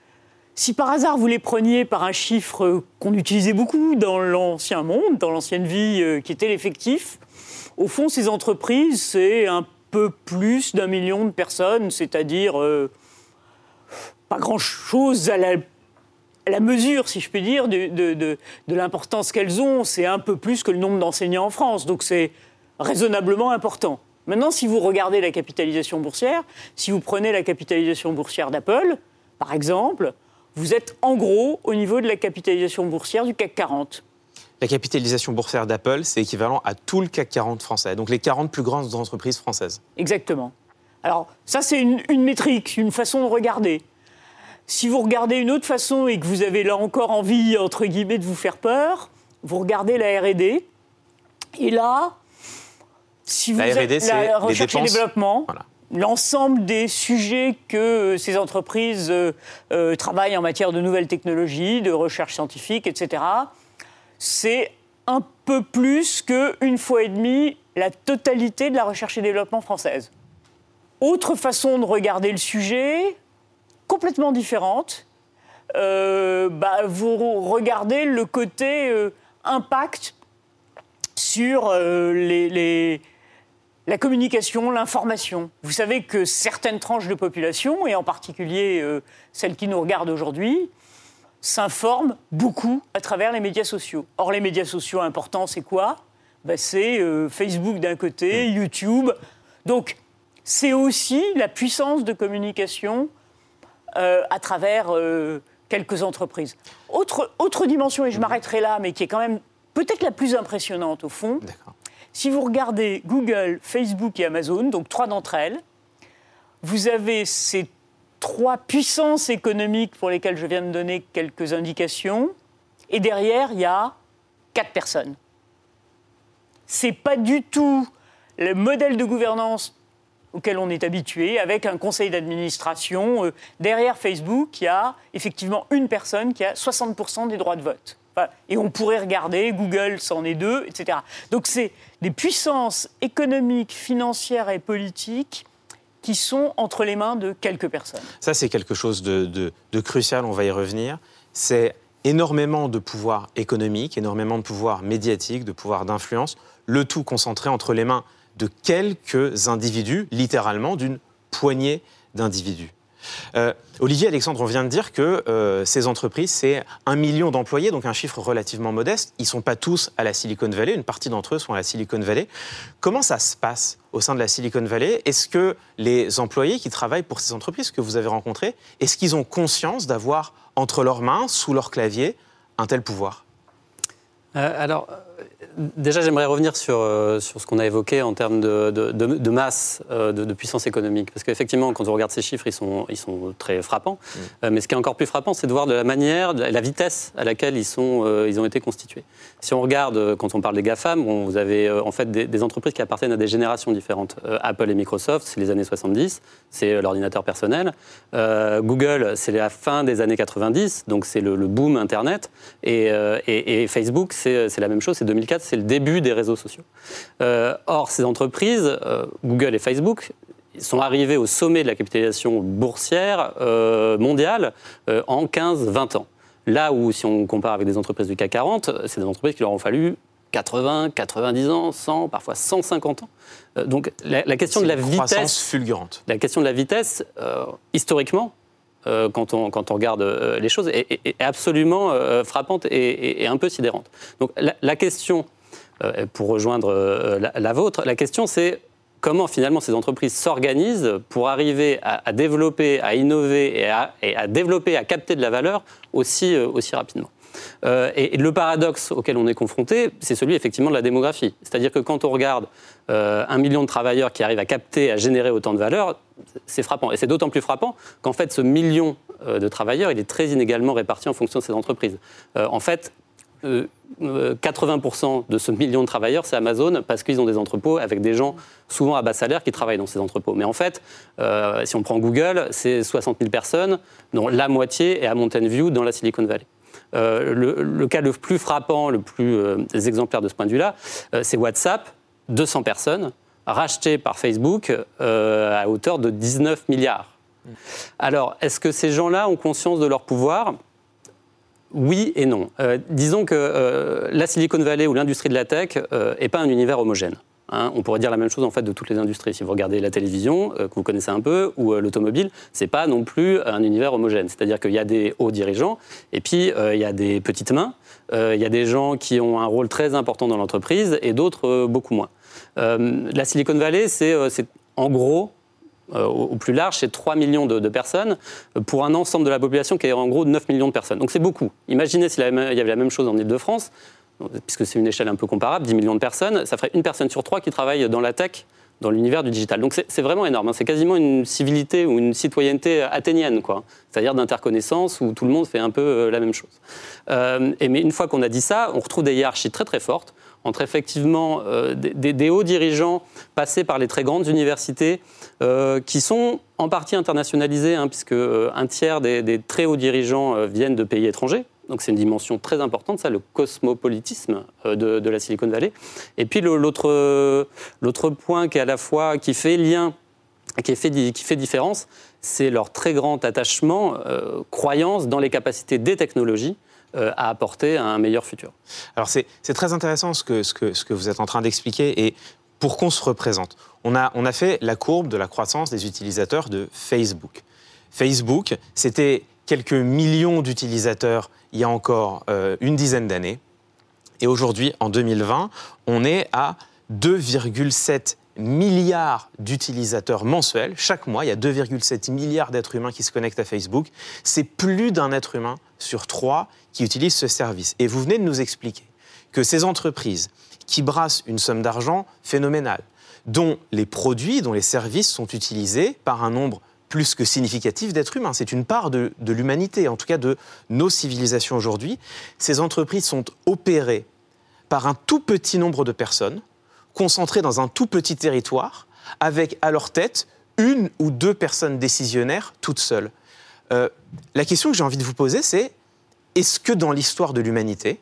Si par hasard vous les preniez par un chiffre qu'on utilisait beaucoup dans l'ancien monde, dans l'ancienne vie, euh, qui était l'effectif, au fond, ces entreprises, c'est un peu plus d'un million de personnes, c'est-à-dire euh, pas grand-chose à la, à la mesure, si je puis dire, de, de, de, de l'importance qu'elles ont. C'est un peu plus que le nombre d'enseignants en France, donc c'est raisonnablement important. Maintenant, si vous regardez la capitalisation boursière, si vous prenez la capitalisation boursière d'Apple, par exemple, vous êtes en gros au niveau de la capitalisation boursière du C A C quarante. La capitalisation boursière d'Apple, c'est équivalent à tout le C A C quarante français, donc les quarante plus grandes entreprises françaises. Exactement. Alors, ça, c'est une, une métrique, une façon de regarder. Si vous regardez une autre façon et que vous avez là encore envie, entre guillemets, de vous faire peur, vous regardez la R et D. Et là, si vous la R et D, êtes, c'est la recherche les dépenses, et développement, voilà. L'ensemble des sujets que ces entreprises euh, euh, travaillent en matière de nouvelles technologies, de recherche scientifique, et cetera, c'est un peu plus qu'une fois et demie la totalité de la recherche et développement française. Autre façon de regarder le sujet, complètement différente, euh, bah, vous regardez le côté euh, impact sur euh, les... les La communication, l'information. Vous savez que certaines tranches de population, et en particulier euh, celles qui nous regardent aujourd'hui, s'informent beaucoup à travers les médias sociaux. Or, les médias sociaux importants, c'est quoi ? Ben, c'est euh, Facebook d'un côté, mmh. YouTube. Donc, c'est aussi la puissance de communication euh, à travers euh, quelques entreprises. Autre, autre dimension, et je m'arrêterai là, mais qui est quand même peut-être la plus impressionnante au fond. D'accord. Si vous regardez Google, Facebook et Amazon, donc trois d'entre elles, vous avez ces trois puissances économiques pour lesquelles je viens de donner quelques indications, et derrière, il y a quatre personnes. Ce n'est pas du tout le modèle de gouvernance auquel on est habitué, avec un conseil d'administration. Euh, derrière Facebook, il y a effectivement une personne qui a soixante pour cent des droits de vote. Et on pourrait regarder, Google, c'en est deux, et cetera. Donc c'est des puissances économiques, financières et politiques qui sont entre les mains de quelques personnes. Ça, c'est quelque chose de, de, de crucial, on va y revenir. C'est énormément de pouvoir économique, énormément de pouvoir médiatique, de pouvoir d'influence, le tout concentré entre les mains de quelques individus, littéralement d'une poignée d'individus. Euh, Olivier, Alexandre, on vient de dire que euh, ces entreprises, c'est un million d'employés, donc un chiffre relativement modeste. Ils ne sont pas tous à la Silicon Valley, une partie d'entre eux sont à la Silicon Valley. Comment ça se passe au sein de la Silicon Valley ? Est-ce que les employés qui travaillent pour ces entreprises que vous avez rencontrées, est-ce qu'ils ont conscience d'avoir entre leurs mains, sous leur clavier, un tel pouvoir ? euh, Alors... Déjà, j'aimerais revenir sur, euh, sur ce qu'on a évoqué en termes de, de, de, de masse, euh, de, de puissance économique. Parce qu'effectivement, quand on regarde ces chiffres, ils sont, ils sont très frappants. Mmh. Euh, mais ce qui est encore plus frappant, c'est de voir de la manière, de la vitesse à laquelle ils, sont, euh, ils ont été constitués. Si on regarde, quand on parle des GAFAM, bon, vous avez euh, en fait des, des entreprises qui appartiennent à des générations différentes. Euh, Apple et Microsoft, c'est les années soixante-dix, c'est l'ordinateur personnel. Euh, Google, c'est la fin des années quatre-vingt-dix, donc c'est le, le boom Internet. Et, euh, et, et Facebook, c'est, c'est la même chose, c'est deux mille quatre, c'est le début des réseaux sociaux. Euh, or, ces entreprises, euh, Google et Facebook, sont arrivés au sommet de la capitalisation boursière euh, mondiale euh, en quinze à vingt ans. Là où, si on compare avec des entreprises du C A C quarante, c'est des entreprises qui leur ont fallu quatre-vingts, quatre-vingt-dix ans, cent, parfois cent cinquante ans. Euh, donc la, la question c'est de la une vitesse... croissance fulgurante. La question de la vitesse, euh, historiquement, Euh, quand, on, quand on regarde euh, les choses, est, est, est absolument euh, frappante et, et, et un peu sidérante. Donc la, la question, euh, pour rejoindre euh, la, la vôtre, la question c'est comment finalement ces entreprises s'organisent pour arriver à, à développer, à innover et à, et à développer, à capter de la valeur aussi, euh, aussi rapidement. Euh, et, et le paradoxe auquel on est confronté, c'est celui effectivement de la démographie. C'est-à-dire que quand on regarde euh, un million de travailleurs qui arrivent à capter, à générer autant de valeur, c'est frappant. Et c'est d'autant plus frappant qu'en fait, ce million euh, de travailleurs, il est très inégalement réparti en fonction de ces entreprises. Euh, en fait, euh, quatre-vingts pour cent de ce million de travailleurs, c'est Amazon, parce qu'ils ont des entrepôts avec des gens souvent à bas salaire qui travaillent dans ces entrepôts. Mais en fait, euh, si on prend Google, c'est soixante mille personnes, dont la moitié est à Mountain View, dans la Silicon Valley. Euh, le, le cas le plus frappant, le plus euh, exemplaire de ce point de vue-là, euh, c'est WhatsApp, deux cents personnes, rachetées par Facebook euh, à hauteur de dix-neuf milliards. Alors, est-ce que ces gens-là ont conscience de leur pouvoir ? Oui et non. Euh, disons que euh, la Silicon Valley ou l'industrie de la tech n'est euh, pas un univers homogène. Hein. On pourrait dire la même chose en fait de toutes les industries. Si vous regardez la télévision, euh, que vous connaissez un peu, ou euh, l'automobile, c'est pas non plus un univers homogène. C'est-à-dire qu'il y a des hauts dirigeants, et puis euh, il y a des petites mains, euh, il y a des gens qui ont un rôle très important dans l'entreprise, et d'autres euh, beaucoup moins. Euh, la Silicon Valley, c'est, euh, c'est en gros... Euh, au plus large, c'est trois millions de, de personnes pour un ensemble de la population qui est en gros neuf millions de personnes. Donc c'est beaucoup. Imaginez s'il y avait la même chose en Île-de-France, puisque c'est une échelle un peu comparable, dix millions de personnes, ça ferait une personne sur trois qui travaille dans la tech, dans l'univers du digital. Donc c'est, c'est vraiment énorme. Hein. C'est quasiment une civilité ou une citoyenneté athénienne, quoi. C'est-à-dire d'interconnaissance où tout le monde fait un peu euh, la même chose. Euh, et mais une fois qu'on a dit ça, on retrouve des hiérarchies très très fortes entre effectivement euh, des, des hauts dirigeants passés par les très grandes universités euh, qui sont en partie internationalisés, hein, puisque euh, un tiers des, des très hauts dirigeants euh, viennent de pays étrangers. Donc c'est une dimension très importante, ça, le cosmopolitisme euh, de, de la Silicon Valley. Et puis le, l'autre, euh, l'autre point qui est à la fois qui fait lien, qui fait, qui fait différence, c'est leur très grand attachement, euh, croyance dans les capacités des technologies Euh, à apporter à un meilleur futur. Alors c'est, c'est très intéressant ce que, ce, que, ce que vous êtes en train d'expliquer et pour qu'on se représente. On a, on a fait la courbe de la croissance des utilisateurs de Facebook. Facebook, c'était quelques millions d'utilisateurs il y a encore euh, une dizaine d'années et aujourd'hui, en deux mille vingt, on est à deux virgule sept milliards d'utilisateurs mensuels. Chaque mois, il y a deux virgule sept milliards d'êtres humains qui se connectent à Facebook. C'est plus d'un être humain sur trois qui utilise ce service. Et vous venez de nous expliquer que ces entreprises qui brassent une somme d'argent phénoménale, dont les produits, dont les services sont utilisés par un nombre plus que significatif d'êtres humains. C'est une part de, de l'humanité, en tout cas de nos civilisations aujourd'hui. Ces entreprises sont opérées par un tout petit nombre de personnes, concentrées dans un tout petit territoire, avec à leur tête une ou deux personnes décisionnaires toutes seules. Euh, la question que j'ai envie de vous poser, c'est est-ce que dans l'histoire de l'humanité,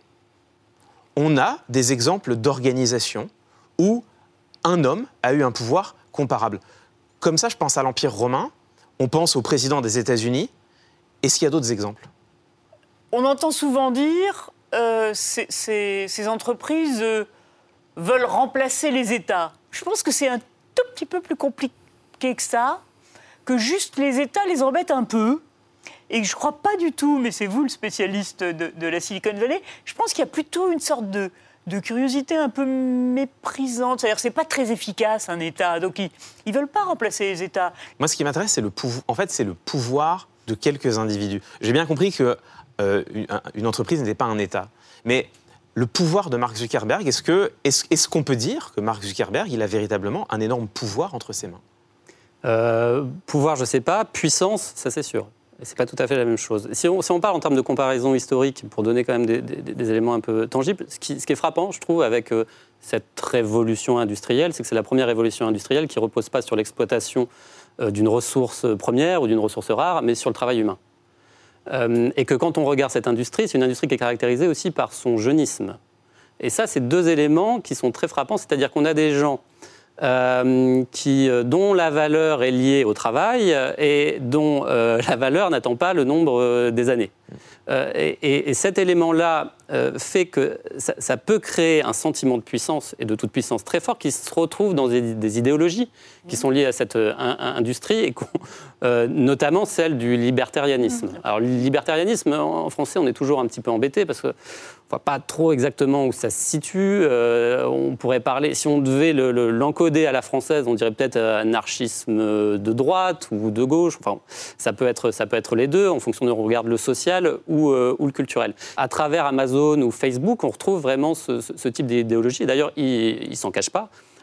on a des exemples d'organisation où un homme a eu un pouvoir comparable ? Comme ça, je pense à l'Empire romain, on pense au président des États-Unis. Est-ce qu'il y a d'autres exemples ? On entend souvent dire euh, ces, ces, ces entreprises euh, veulent remplacer les États. Je pense que c'est un tout petit peu plus compliqué que ça, que juste les États les embêtent un peu. Et je ne crois pas du tout, mais c'est vous le spécialiste de, de la Silicon Valley, je pense qu'il y a plutôt une sorte de, de curiosité un peu méprisante. C'est-à-dire que ce n'est pas très efficace, un État. Donc, ils ne veulent pas remplacer les États. Moi, ce qui m'intéresse, c'est le pouvoir, en fait, c'est le pouvoir de quelques individus. J'ai bien compris qu'une euh, une entreprise n'était pas un État. Mais le pouvoir de Mark Zuckerberg, est-ce, que, est-ce, est-ce qu'on peut dire que Mark Zuckerberg, il a véritablement un énorme pouvoir entre ses mains ? euh, Pouvoir, je ne sais pas. Puissance, ça c'est sûr. Ce n'est pas tout à fait la même chose. Si on, si on parle en termes de comparaison historique, pour donner quand même des, des, des éléments un peu tangibles, ce qui, ce qui est frappant, je trouve, avec euh, cette révolution industrielle, c'est que c'est la première révolution industrielle qui ne repose pas sur l'exploitation euh, d'une ressource première ou d'une ressource rare, mais sur le travail humain. Euh, et que quand on regarde cette industrie, c'est une industrie qui est caractérisée aussi par son jeunisme. Et ça, c'est deux éléments qui sont très frappants, c'est-à-dire qu'on a des gens Euh, qui, dont la valeur est liée au travail et dont euh, la valeur n'attend pas le nombre euh, des années. Euh, et, et, et cet élément-là euh, fait que ça, ça peut créer un sentiment de puissance et de toute puissance très fort qui se retrouve dans des, des idéologies qui sont liées à cette euh, industrie, et euh, notamment celle du libertarianisme. Alors, le libertarianisme, en français, on est toujours un petit peu embêté parce que on ne voit pas trop exactement où ça se situe. Euh, on pourrait parler, si on devait le, le, l'encoder à la française, on dirait peut-être anarchisme de droite ou de gauche. Enfin, ça peut être, ça peut être les deux en fonction de on regarde le social ou, euh, ou le culturel. À travers Amazon ou Facebook, on retrouve vraiment ce, ce, ce type d'idéologie. Et d'ailleurs, ils ne s'en cachent pas.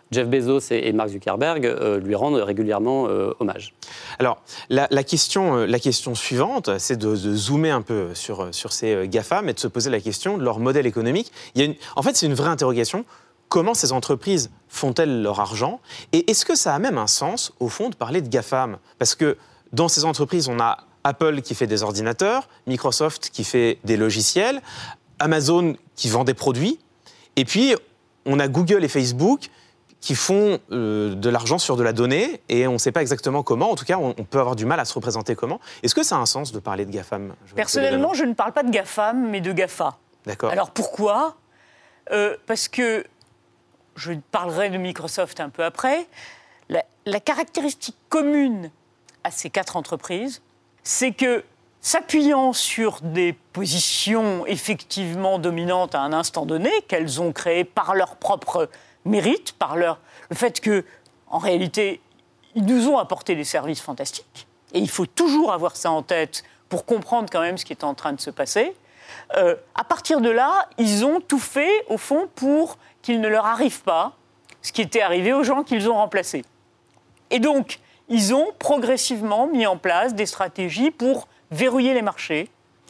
Jeff Bezos et, et Mark Zuckerberg euh, lui rendent régulièrement euh, hommage. Alors, la, la, question, la question suivante, c'est de, de zoomer un peu sur, sur ces GAFAM et de se poser la question de leur modèle économique. Il y a une, en fait, c'est une vraie interrogation. Comment ces entreprises font-elles leur argent ? Et est-ce que ça a même un sens, au fond, de parler de GAFAM ? Parce que dans ces entreprises, on a Apple qui fait des ordinateurs, Microsoft qui fait des logiciels, Amazon qui vend des produits, et puis on a Google et Facebook qui font euh, de l'argent sur de la donnée, et on ne sait pas exactement comment. En tout cas, on, on peut avoir du mal à se représenter comment. Est-ce que ça a un sens de parler de GAFAM ? Je Personnellement, je ne parle pas de GAFAM, mais de GAFA. D'accord. Alors pourquoi ? euh, Parce que, je parlerai de Microsoft un peu après, la, la caractéristique commune à ces quatre entreprises, c'est que, s'appuyant sur des positions effectivement dominantes à un instant donné, qu'elles ont créées par leur propre mérite, par leur, le fait que, en réalité, ils nous ont apporté des services fantastiques, et il faut toujours avoir ça en tête pour comprendre quand même ce qui est en train de se passer. Euh, à partir de là, ils ont tout fait, au fond, pour qu'il ne leur arrive pas ce qui était arrivé aux gens qu'ils ont remplacés. Et donc, ils ont progressivement mis en place des stratégies pour verrouiller les marchés,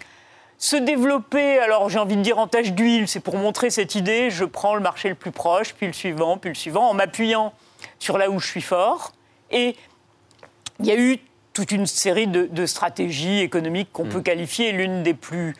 se développer, alors j'ai envie de dire en tache d'huile, c'est pour montrer cette idée, je prends le marché le plus proche, puis le suivant, puis le suivant, en m'appuyant sur là où je suis fort. Et il y a eu toute une série de, de stratégies économiques qu'on mmh. peut qualifier, l'une des plus,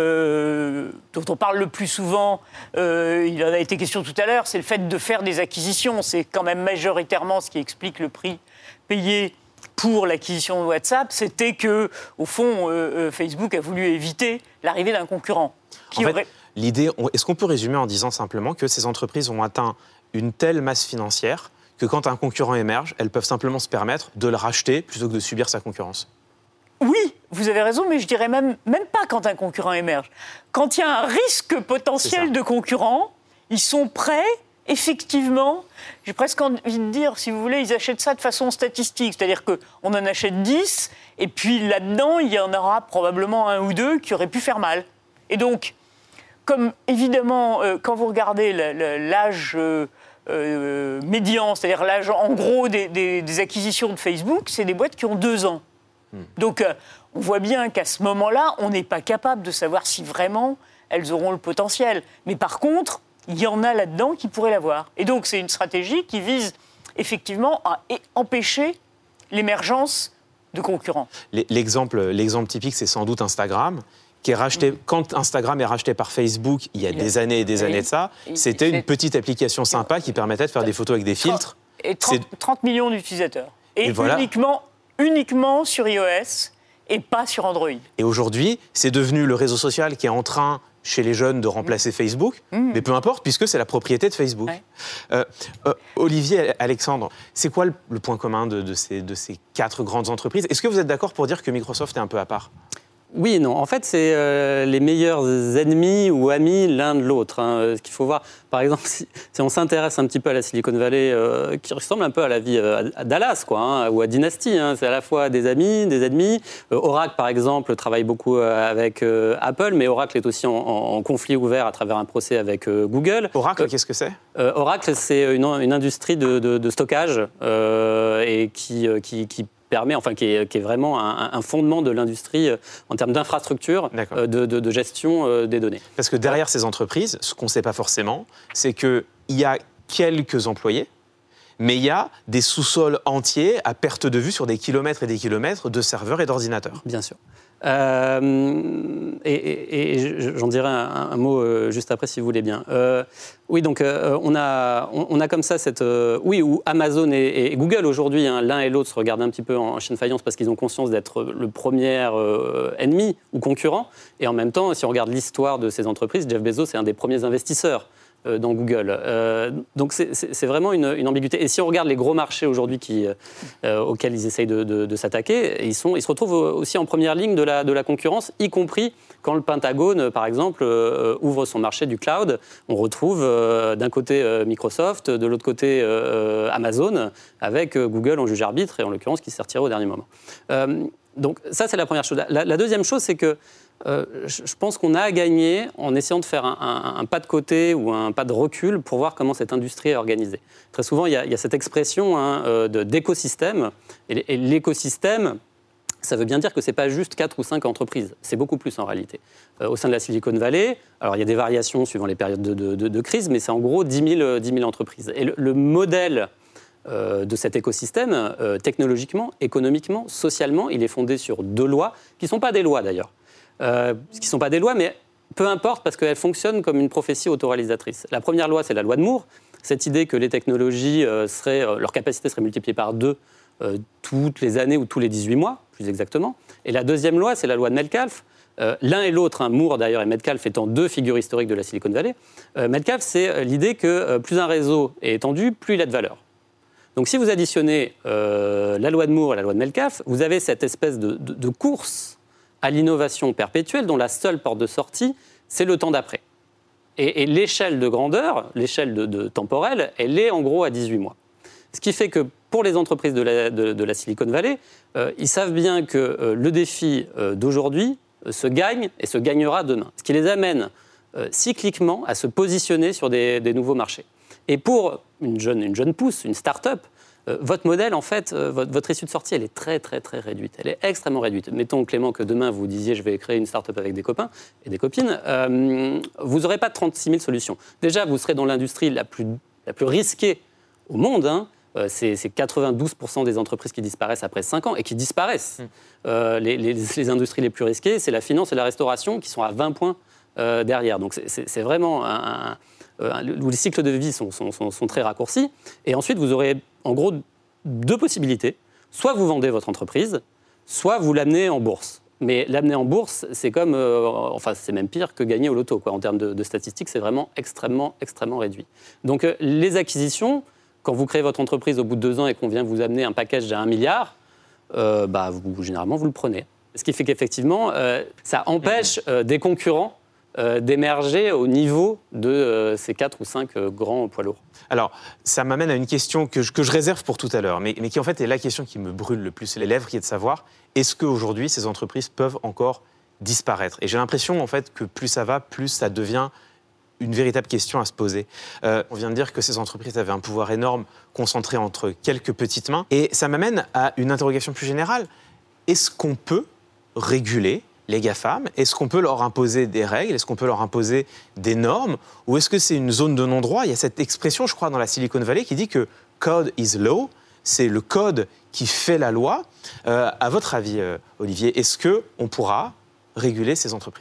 euh, dont on parle le plus souvent, euh, il en a été question tout à l'heure, c'est le fait de faire des acquisitions. C'est quand même majoritairement ce qui explique le prix payé pour l'acquisition de WhatsApp, c'était que, au fond, euh, Facebook a voulu éviter l'arrivée d'un concurrent. Qui en aurait... fait, l'idée, est-ce qu'on peut résumer en disant simplement que ces entreprises ont atteint une telle masse financière que quand un concurrent émerge, elles peuvent simplement se permettre de le racheter plutôt que de subir sa concurrence ? Oui, vous avez raison, mais je dirais même, même pas quand un concurrent émerge. Quand il y a un risque potentiel de concurrent, ils sont prêts, effectivement, j'ai presque envie de dire, si vous voulez, ils achètent ça de façon statistique. C'est-à-dire qu'on en achète dix, et puis là-dedans, il y en aura probablement un ou deux qui auraient pu faire mal. Et donc, comme évidemment, euh, quand vous regardez l'âge euh, euh, médian, c'est-à-dire l'âge en gros des, des, des acquisitions de Facebook, c'est des boîtes qui ont deux ans. Hmm. Donc, euh, on voit bien qu'à ce moment-là, on n'est pas capable de savoir si vraiment elles auront le potentiel. Mais par contre, il y en a là-dedans qui pourraient l'avoir. Et donc, c'est une stratégie qui vise effectivement à empêcher l'émergence de concurrents. L'exemple, l'exemple typique, c'est sans doute Instagram, qui est racheté, mmh. quand Instagram est racheté par Facebook, il y a il des a... années et des oui. années de ça, il, c'était il fait... une petite application sympa qui permettait de faire des photos avec des filtres. Et trente, trente millions d'utilisateurs. Et, et voilà. uniquement, uniquement sur iOS et pas sur Android. Et aujourd'hui, c'est devenu le réseau social qui est en train, chez les jeunes, de remplacer mmh. Facebook, mmh. mais peu importe, puisque c'est la propriété de Facebook. Ouais. Euh, euh, Olivier, Alexandre, c'est quoi le, le point commun de, de, ces, de ces quatre grandes entreprises ? Est-ce que vous êtes d'accord pour dire que Microsoft est un peu à part ? Oui et non. En fait, c'est euh, les meilleurs ennemis ou amis l'un de l'autre. Hein. Ce qu'il faut voir, par exemple, si, si on s'intéresse un petit peu à la Silicon Valley, euh, qui ressemble un peu à la vie euh, à Dallas, quoi, hein, ou à Dynasty. Hein. C'est à la fois des amis, des ennemis. Euh, Oracle, par exemple, travaille beaucoup euh, avec euh, Apple, mais Oracle est aussi en, en, en conflit ouvert à travers un procès avec euh, Google. Oracle, euh, qu'est-ce que c'est ? euh, Oracle, c'est une, une industrie de, de, de stockage euh, et qui, euh, qui, qui permet, enfin, qui est, qui est vraiment un, un fondement de l'industrie euh, en termes d'infrastructure, euh, de, de, de gestion euh, des données. Parce que derrière ces entreprises, ce qu'on ne sait pas forcément, c'est qu'il y a quelques employés, mais il y a des sous-sols entiers à perte de vue sur des kilomètres et des kilomètres de serveurs et d'ordinateurs. Bien sûr. Euh, et, et, et j'en dirai un, un mot euh, juste après si vous voulez bien. Euh, oui, donc euh, on, a, on, on a comme ça cette... Euh, oui, où Amazon et, et Google aujourd'hui, hein, l'un et l'autre se regardent un petit peu en chien de faïence parce qu'ils ont conscience d'être le premier euh, ennemi ou concurrent. Et en même temps, si on regarde l'histoire de ces entreprises, Jeff Bezos est un des premiers investisseurs dans Google. Euh, donc c'est, c'est, c'est vraiment une, une ambiguïté. Et si on regarde les gros marchés aujourd'hui qui, euh, auxquels ils essayent de, de, de s'attaquer, ils, sont, ils se retrouvent aussi en première ligne de la, de la concurrence, y compris quand le Pentagone, par exemple, euh, ouvre son marché du cloud. On retrouve euh, d'un côté euh, Microsoft, de l'autre côté euh, Amazon, avec euh, Google en juge arbitre, et en l'occurrence qui s'est retiré au dernier moment. Euh, donc ça, c'est la première chose. La, la deuxième chose, c'est que euh, je pense qu'on a à gagner en essayant de faire un, un, un pas de côté ou un pas de recul pour voir comment cette industrie est organisée. Très souvent, il y a, il y a cette expression hein, euh, de, d'écosystème. Et, et l'écosystème, ça veut bien dire que ce n'est pas juste quatre ou cinq entreprises. C'est beaucoup plus en réalité. Euh, au sein de la Silicon Valley, alors il y a des variations suivant les périodes de, de, de, de crise, mais c'est en gros dix mille entreprises. Et le, le modèle euh, de cet écosystème, euh, technologiquement, économiquement, socialement, il est fondé sur deux lois, qui ne sont pas des lois d'ailleurs. Euh, qui ne sont pas des lois, mais peu importe, parce qu'elles fonctionnent comme une prophétie autoréalisatrice. La première loi, c'est la loi de Moore. Cette idée que les technologies, euh, seraient, euh, leur capacité serait multipliée par deux euh, toutes les années ou tous les dix-huit mois, plus exactement. Et la deuxième loi, c'est la loi de Metcalfe. Euh, l'un et l'autre, hein, Moore d'ailleurs et Metcalfe étant deux figures historiques de la Silicon Valley. Euh, Metcalfe, c'est l'idée que euh, plus un réseau est étendu, plus il a de valeur. Donc si vous additionnez euh, la loi de Moore et la loi de Metcalfe, vous avez cette espèce de, de, de course à l'innovation perpétuelle dont la seule porte de sortie, c'est le temps d'après. Et, et l'échelle de grandeur, l'échelle de, de temporelle, elle est en gros à dix-huit mois. Ce qui fait que pour les entreprises de la, de, de la Silicon Valley, euh, ils savent bien que euh, le défi euh, d'aujourd'hui euh, se gagne et se gagnera demain. Ce qui les amène euh, cycliquement à se positionner sur des, des nouveaux marchés. Et pour une jeune, une jeune pousse, une start-up, euh, votre modèle, en fait, euh, votre, votre issue de sortie, elle est très, très, très réduite. Elle est extrêmement réduite. Mettons, Clément, que demain, vous disiez « je vais créer une start-up avec des copains et des copines euh, », vous n'aurez pas trente-six mille solutions. Déjà, vous serez dans l'industrie la plus, la plus risquée au monde, hein. Euh, c'est, c'est quatre-vingt-douze pour cent des entreprises qui disparaissent après cinq ans et qui disparaissent. Mmh. Euh, les, les, les industries les plus risquées, c'est la finance et la restauration qui sont à vingt points euh, derrière. Donc c'est, c'est, c'est vraiment un, un, un, où les cycles de vie sont, sont, sont, sont très raccourcis. Et ensuite, vous aurez en gros deux possibilités. Soit vous vendez votre entreprise, soit vous l'amenez en bourse. Mais l'amener en bourse, c'est comme, euh, enfin c'est même pire que gagner au loto, quoi. En termes de, de statistiques, c'est vraiment extrêmement, extrêmement réduit. Donc euh, les acquisitions, quand vous créez votre entreprise au bout de deux ans et qu'on vient vous amener un package à un milliard, euh, bah, vous, généralement, vous le prenez. Ce qui fait qu'effectivement, euh, ça empêche euh, des concurrents euh, d'émerger au niveau de euh, ces quatre ou cinq euh, grands poids lourds. Alors, ça m'amène à une question que je, que je réserve pour tout à l'heure, mais, mais qui en fait est la question qui me brûle le plus les lèvres, qui est de savoir, est-ce qu'aujourd'hui, ces entreprises peuvent encore disparaître ? Et j'ai l'impression, en fait, que plus ça va, plus ça devient une véritable question à se poser. Euh, on vient de dire que ces entreprises avaient un pouvoir énorme concentré entre quelques petites mains. Et ça m'amène à une interrogation plus générale. Est-ce qu'on peut réguler les GAFAM ? Est-ce qu'on peut leur imposer des règles ? Est-ce qu'on peut leur imposer des normes ? Ou est-ce que c'est une zone de non-droit ? Il y a cette expression, je crois, dans la Silicon Valley qui dit que « code is law », c'est le code qui fait la loi. Euh, à votre avis, euh, Olivier, est-ce qu'on pourra réguler ces entreprises ?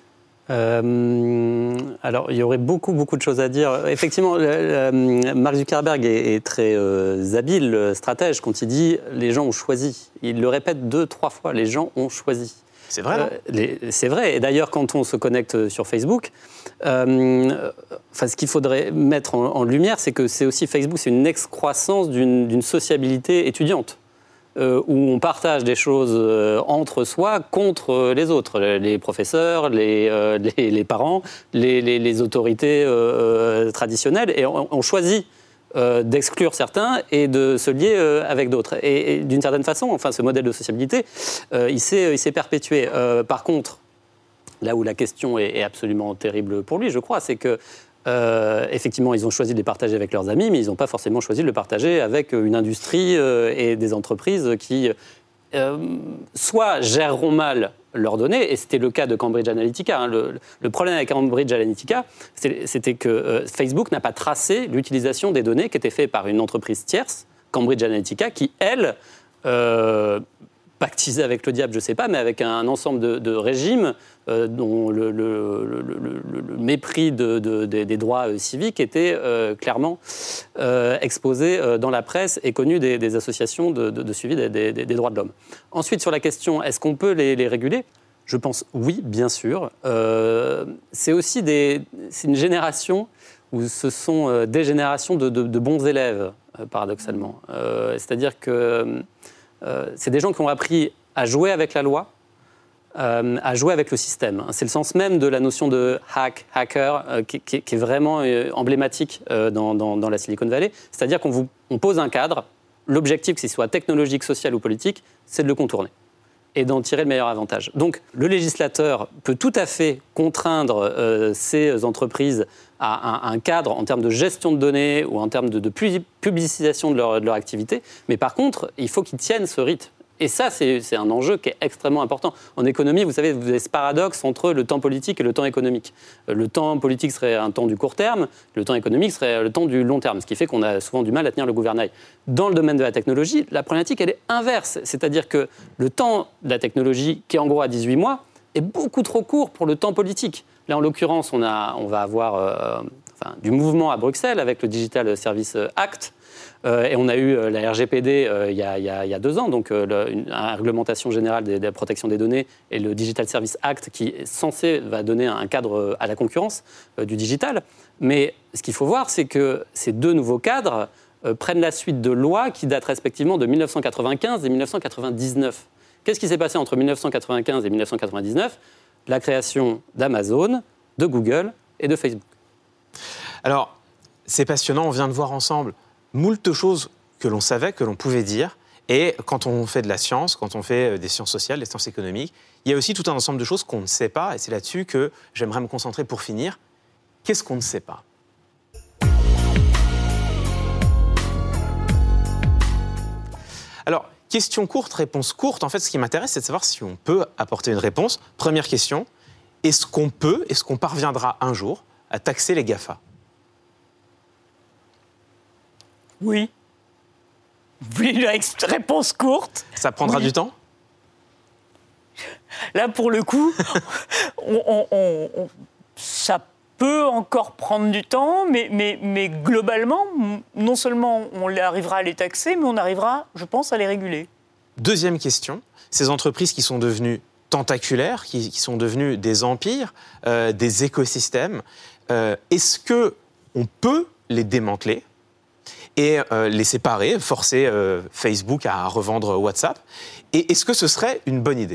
Euh, alors, il y aurait beaucoup, beaucoup de choses à dire. Effectivement, le, le, Mark Zuckerberg est, est très euh, habile, stratège, quand il dit « les gens ont choisi ». Il le répète deux, trois fois, « les gens ont choisi ». C'est vrai, non euh, les, C'est vrai. Et d'ailleurs, quand on se connecte sur Facebook, euh, enfin, ce qu'il faudrait mettre en, en lumière, c'est que c'est aussi Facebook, c'est une excroissance d'une, d'une sociabilité étudiante. Euh, où on partage des choses euh, entre soi contre les autres, les, les professeurs, les, euh, les, les parents, les, les, les autorités euh, traditionnelles, et on, on choisit euh, d'exclure certains et de se lier euh, avec d'autres. Et, et d'une certaine façon, enfin, ce modèle de sociabilité, euh, il, s'est, il s'est perpétué. Euh, par contre, là où la question est, est absolument terrible pour lui, je crois, c'est que Euh, effectivement, ils ont choisi de les partager avec leurs amis, mais ils n'ont pas forcément choisi de le partager avec une industrie euh, et des entreprises qui euh, soit géreront mal leurs données, et c'était le cas de Cambridge Analytica. Hein. Le, le problème avec Cambridge Analytica, c'était que euh, Facebook n'a pas tracé l'utilisation des données qui étaient faites par une entreprise tierce, Cambridge Analytica, qui, elle, euh, pactisé avec le diable, je ne sais pas, mais avec un ensemble de, de régimes euh, dont le, le, le, le, le mépris de, de, de, des droits euh, civiques était euh, clairement euh, exposé euh, dans la presse et connu des, des associations de, de, de suivi des, des, des droits de l'homme. Ensuite, sur la question, est-ce qu'on peut les, les réguler ? Je pense oui, bien sûr. Euh, c'est aussi des, c'est une génération où ce sont euh, des générations de, de, de bons élèves, euh, paradoxalement. Euh, c'est-à-dire que Euh, c'est des gens qui ont appris à jouer avec la loi, euh, à jouer avec le système. C'est le sens même de la notion de hack, hacker, euh, qui, qui, qui est vraiment euh, emblématique euh, dans, dans, dans la Silicon Valley. C'est-à-dire qu'on vous, on pose un cadre, l'objectif, que ce soit technologique, social ou politique, c'est de le contourner. et d'en tirer le meilleur avantage. Donc le législateur peut tout à fait contraindre euh, ces entreprises à un, un cadre en termes de gestion de données ou en termes de, de publicisation de leur, de leur activité, mais par contre, il faut qu'ils tiennent ce rythme. Et ça, c'est, c'est un enjeu qui est extrêmement important. En économie, vous savez, vous avez ce paradoxe entre le temps politique et le temps économique. Le temps politique serait un temps du court terme, le temps économique serait le temps du long terme, ce qui fait qu'on a souvent du mal à tenir le gouvernail. Dans le domaine de la technologie, la problématique, elle est inverse. C'est-à-dire que le temps de la technologie, qui est en gros à dix-huit mois, est beaucoup trop court pour le temps politique. Là, en l'occurrence, on, a, on va avoir euh, enfin, du mouvement à Bruxelles avec le Digital Service Act. Euh, et on a eu euh, la R G P D euh, il, y a, il, y a, il y a deux ans, donc euh, le, une, une réglementation générale de, de la protection des données et le Digital Service Act qui est censé va donner un cadre à la concurrence euh, du digital. Mais ce qu'il faut voir, c'est que ces deux nouveaux cadres euh, prennent la suite de lois qui datent respectivement de dix-neuf cent quatre-vingt-quinze et dix-neuf cent quatre-vingt-dix-neuf. Qu'est-ce qui s'est passé entre dix-neuf cent quatre-vingt-quinze et dix-neuf cent quatre-vingt-dix-neuf ? La création d'Amazon, de Google et de Facebook. Alors, c'est passionnant, on vient de voir ensemble moult choses que l'on savait, que l'on pouvait dire. Et quand on fait de la science, quand on fait des sciences sociales, des sciences économiques, il y a aussi tout un ensemble de choses qu'on ne sait pas. Et c'est là-dessus que j'aimerais me concentrer pour finir. Qu'est-ce qu'on ne sait pas ? Alors, question courte, réponse courte. En fait, ce qui m'intéresse, c'est de savoir si on peut apporter une réponse. Première question, est-ce qu'on peut, est-ce qu'on parviendra un jour à taxer les GAFA ? Oui. Vous voulez une réponse courte ? Ça prendra oui. du temps ? Là, pour le coup, on, on, on, on, ça peut encore prendre du temps, mais, mais, mais globalement, non seulement on arrivera à les taxer, mais on arrivera, je pense, à les réguler. Deuxième question, ces entreprises qui sont devenues tentaculaires, qui, qui sont devenues des empires, euh, des écosystèmes, euh, est-ce qu'on peut les démanteler et euh, les séparer, forcer euh, Facebook à revendre WhatsApp ? Et est-ce que ce serait une bonne idée ?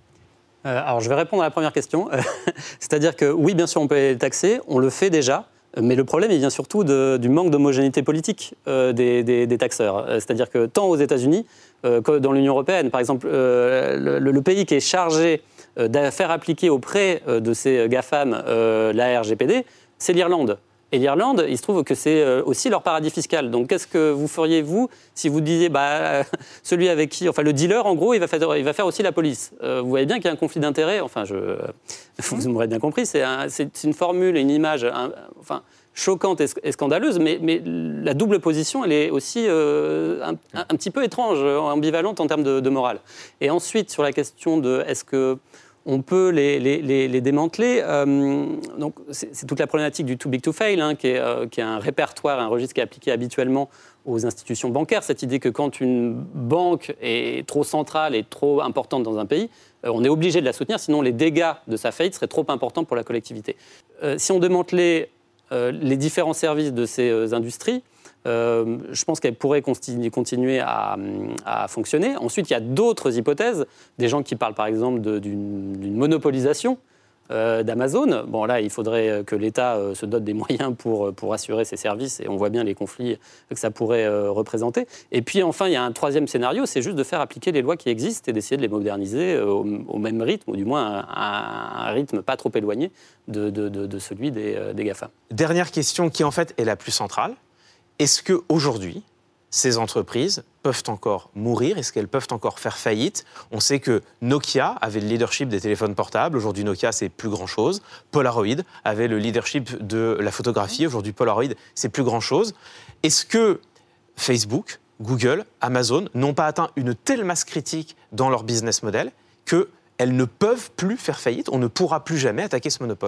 euh, Alors, je vais répondre à la première question. C'est-à-dire que, oui, bien sûr, on peut les taxer, on le fait déjà, mais le problème, il vient surtout de, du manque d'homogénéité politique euh, des, des, des taxeurs. C'est-à-dire que tant aux États-Unis euh, que dans l'Union européenne, par exemple, euh, le, le pays qui est chargé euh, de faire appliquer auprès euh, de ces GAFAM euh, la R G P D, c'est l'Irlande. Et l'Irlande, il se trouve que c'est aussi leur paradis fiscal. Donc, qu'est-ce que vous feriez, vous, si vous disiez, bah, celui avec qui... Enfin, le dealer, en gros, il va faire, il va faire aussi la police. Euh, vous voyez bien qu'il y a un conflit d'intérêts. Enfin, je, vous m'aurez bien compris, c'est, un, c'est une formule, une image un, enfin, choquante et scandaleuse, mais, mais la double position, elle est aussi euh, un, un, un petit peu étrange, ambivalente en termes de, de morale. Et ensuite, sur la question de est-ce que... on peut les, les, les, les démanteler. Euh, donc c'est, c'est toute la problématique du too big to fail, hein, qui, est, euh, qui est un répertoire, un registre qui est appliqué habituellement aux institutions bancaires. Cette idée que quand une banque est trop centrale et trop importante dans un pays, euh, on est obligé de la soutenir, sinon les dégâts de sa faillite seraient trop importants pour la collectivité. Euh, si on démantelait euh, les différents services de ces euh, industries, Euh, je pense qu'elle pourrait continue, continuer à, à fonctionner. Ensuite, il y a d'autres hypothèses. Des gens qui parlent, par exemple, de, d'une, d'une monopolisation euh, d'Amazon. Bon, là, il faudrait que l'État euh, se dote des moyens pour, pour assurer ses services. Et on voit bien les conflits que ça pourrait euh, représenter. Et puis, enfin, il y a un troisième scénario. C'est juste de faire appliquer les lois qui existent et d'essayer de les moderniser euh, au, au même rythme, ou du moins à un, un rythme pas trop éloigné de, de, de, de celui des, euh, des GAFA. Dernière question qui, en fait, est la plus centrale. Est-ce qu'aujourd'hui, ces entreprises peuvent encore mourir ? Est-ce qu'elles peuvent encore faire faillite ? On sait que Nokia avait le leadership des téléphones portables. Aujourd'hui, Nokia, c'est plus grand-chose. Polaroid avait le leadership de la photographie. Aujourd'hui, Polaroid, c'est plus grand-chose. Est-ce que Facebook, Google, Amazon n'ont pas atteint une telle masse critique dans leur business model qu'elles ne peuvent plus faire faillite ? On ne pourra plus jamais attaquer ce monopole ?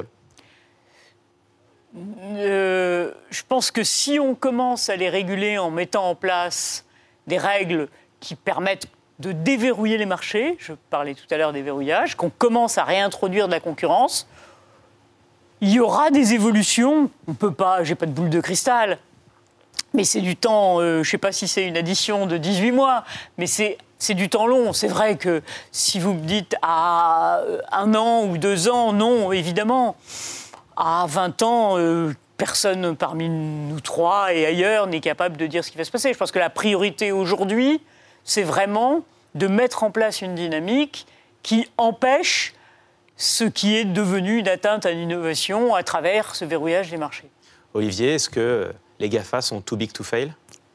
Euh, je pense que si on commence à les réguler en mettant en place des règles qui permettent de déverrouiller les marchés, je parlais tout à l'heure des verrouillages, qu'on commence à réintroduire de la concurrence, il y aura des évolutions. On peut pas, j'ai pas de boule de cristal, mais c'est du temps, euh, je sais pas si c'est une addition de dix-huit mois, mais c'est C'est du temps long. C'est vrai que si vous me dites à un an ou deux ans, non, évidemment. À vingt ans, euh, personne parmi nous trois et ailleurs n'est capable de dire ce qui va se passer. Je pense que la priorité aujourd'hui, c'est vraiment de mettre en place une dynamique qui empêche ce qui est devenu une atteinte à l'innovation à travers ce verrouillage des marchés. Olivier, est-ce que les GAFA sont too big to fail ?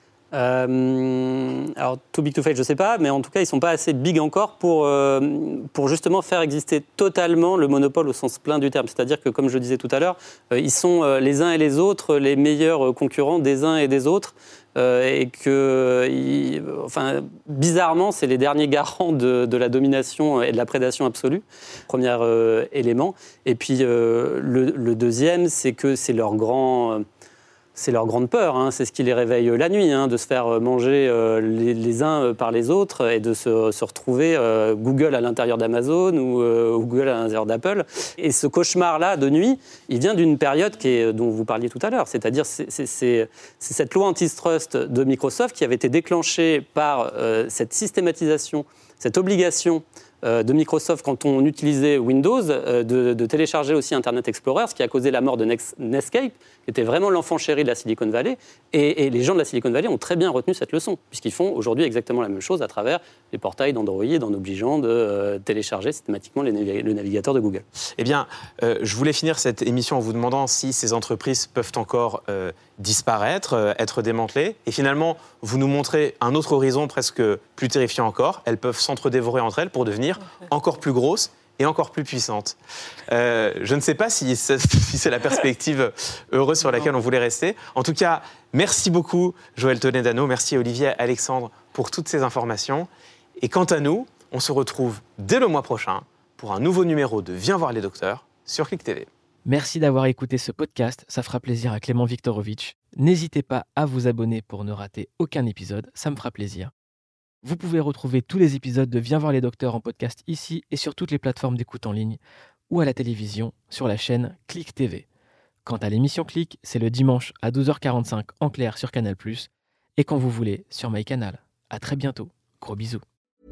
Euh, alors, too big to fail, je ne sais pas, mais en tout cas, ils ne sont pas assez big encore pour, euh, pour justement faire exister totalement le monopole au sens plein du terme. C'est-à-dire que, comme je disais tout à l'heure, euh, ils sont euh, les uns et les autres les meilleurs concurrents des uns et des autres. Euh, et que, ils, enfin, bizarrement, c'est les derniers garants de, de la domination et de la prédation absolue, premier euh, élément. Et puis, euh, le, le deuxième, c'est que c'est leur grand... Euh, C'est leur grande peur, hein. C'est ce qui les réveille la nuit, hein, de se faire manger euh, les, les uns par les autres et de se, se retrouver euh, Google à l'intérieur d'Amazon ou euh, Google à l'intérieur d'Apple. Et ce cauchemar-là de nuit, il vient d'une période qui est, dont vous parliez tout à l'heure, c'est-à-dire c'est, c'est, c'est, c'est cette loi antitrust de Microsoft qui avait été déclenchée par euh, cette systématisation, cette obligation de Microsoft, quand on utilisait Windows, de, de télécharger aussi Internet Explorer, ce qui a causé la mort de Netscape, qui était vraiment l'enfant chéri de la Silicon Valley. Et, et les gens de la Silicon Valley ont très bien retenu cette leçon, puisqu'ils font aujourd'hui exactement la même chose à travers les portails d'Android, en obligeant de euh, télécharger systématiquement les navig- le navigateur de Google. Eh bien, euh, je voulais finir cette émission en vous demandant si ces entreprises peuvent encore euh, disparaître, euh, être démantelées. Et finalement, vous nous montrez un autre horizon presque plus terrifiant encore. Elles peuvent s'entre-dévorer entre elles pour devenir encore plus grosses et encore plus puissantes. Euh, je ne sais pas si c'est, si c'est la perspective heureuse sur laquelle on voulait rester. En tout cas, merci beaucoup Joël Toledano, merci Olivier Alexandre pour toutes ces informations. Et quant à nous, on se retrouve dès le mois prochain pour un nouveau numéro de Viens voir les docteurs sur Click T V. Merci d'avoir écouté ce podcast, ça fera plaisir à Clément Viktorovitch. N'hésitez pas à vous abonner pour ne rater aucun épisode, ça me fera plaisir. Vous pouvez retrouver tous les épisodes de Viens voir les docteurs en podcast ici et sur toutes les plateformes d'écoute en ligne ou à la télévision sur la chaîne Click T V. Quant à l'émission Click, c'est le dimanche à douze heures quarante-cinq en clair sur Canal plus, et quand vous voulez sur MyCanal. À très bientôt. Gros bisous.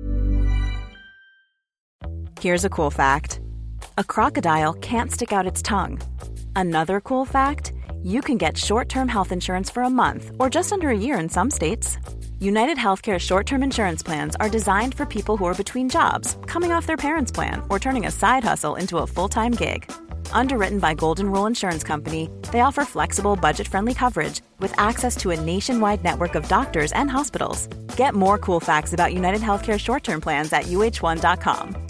Here's a cool fact. A crocodile can't stick out its tongue. Another cool fact, you can get short-term health insurance for a month or just under a year in some states. United Healthcare short-term insurance plans are designed for people who are between jobs, coming off their parents' plan, or turning a side hustle into a full-time gig. Underwritten by Golden Rule Insurance Company, they offer flexible, budget-friendly coverage with access to a nationwide network of doctors and hospitals. Get more cool facts about United Healthcare short-term plans at U H one dot com.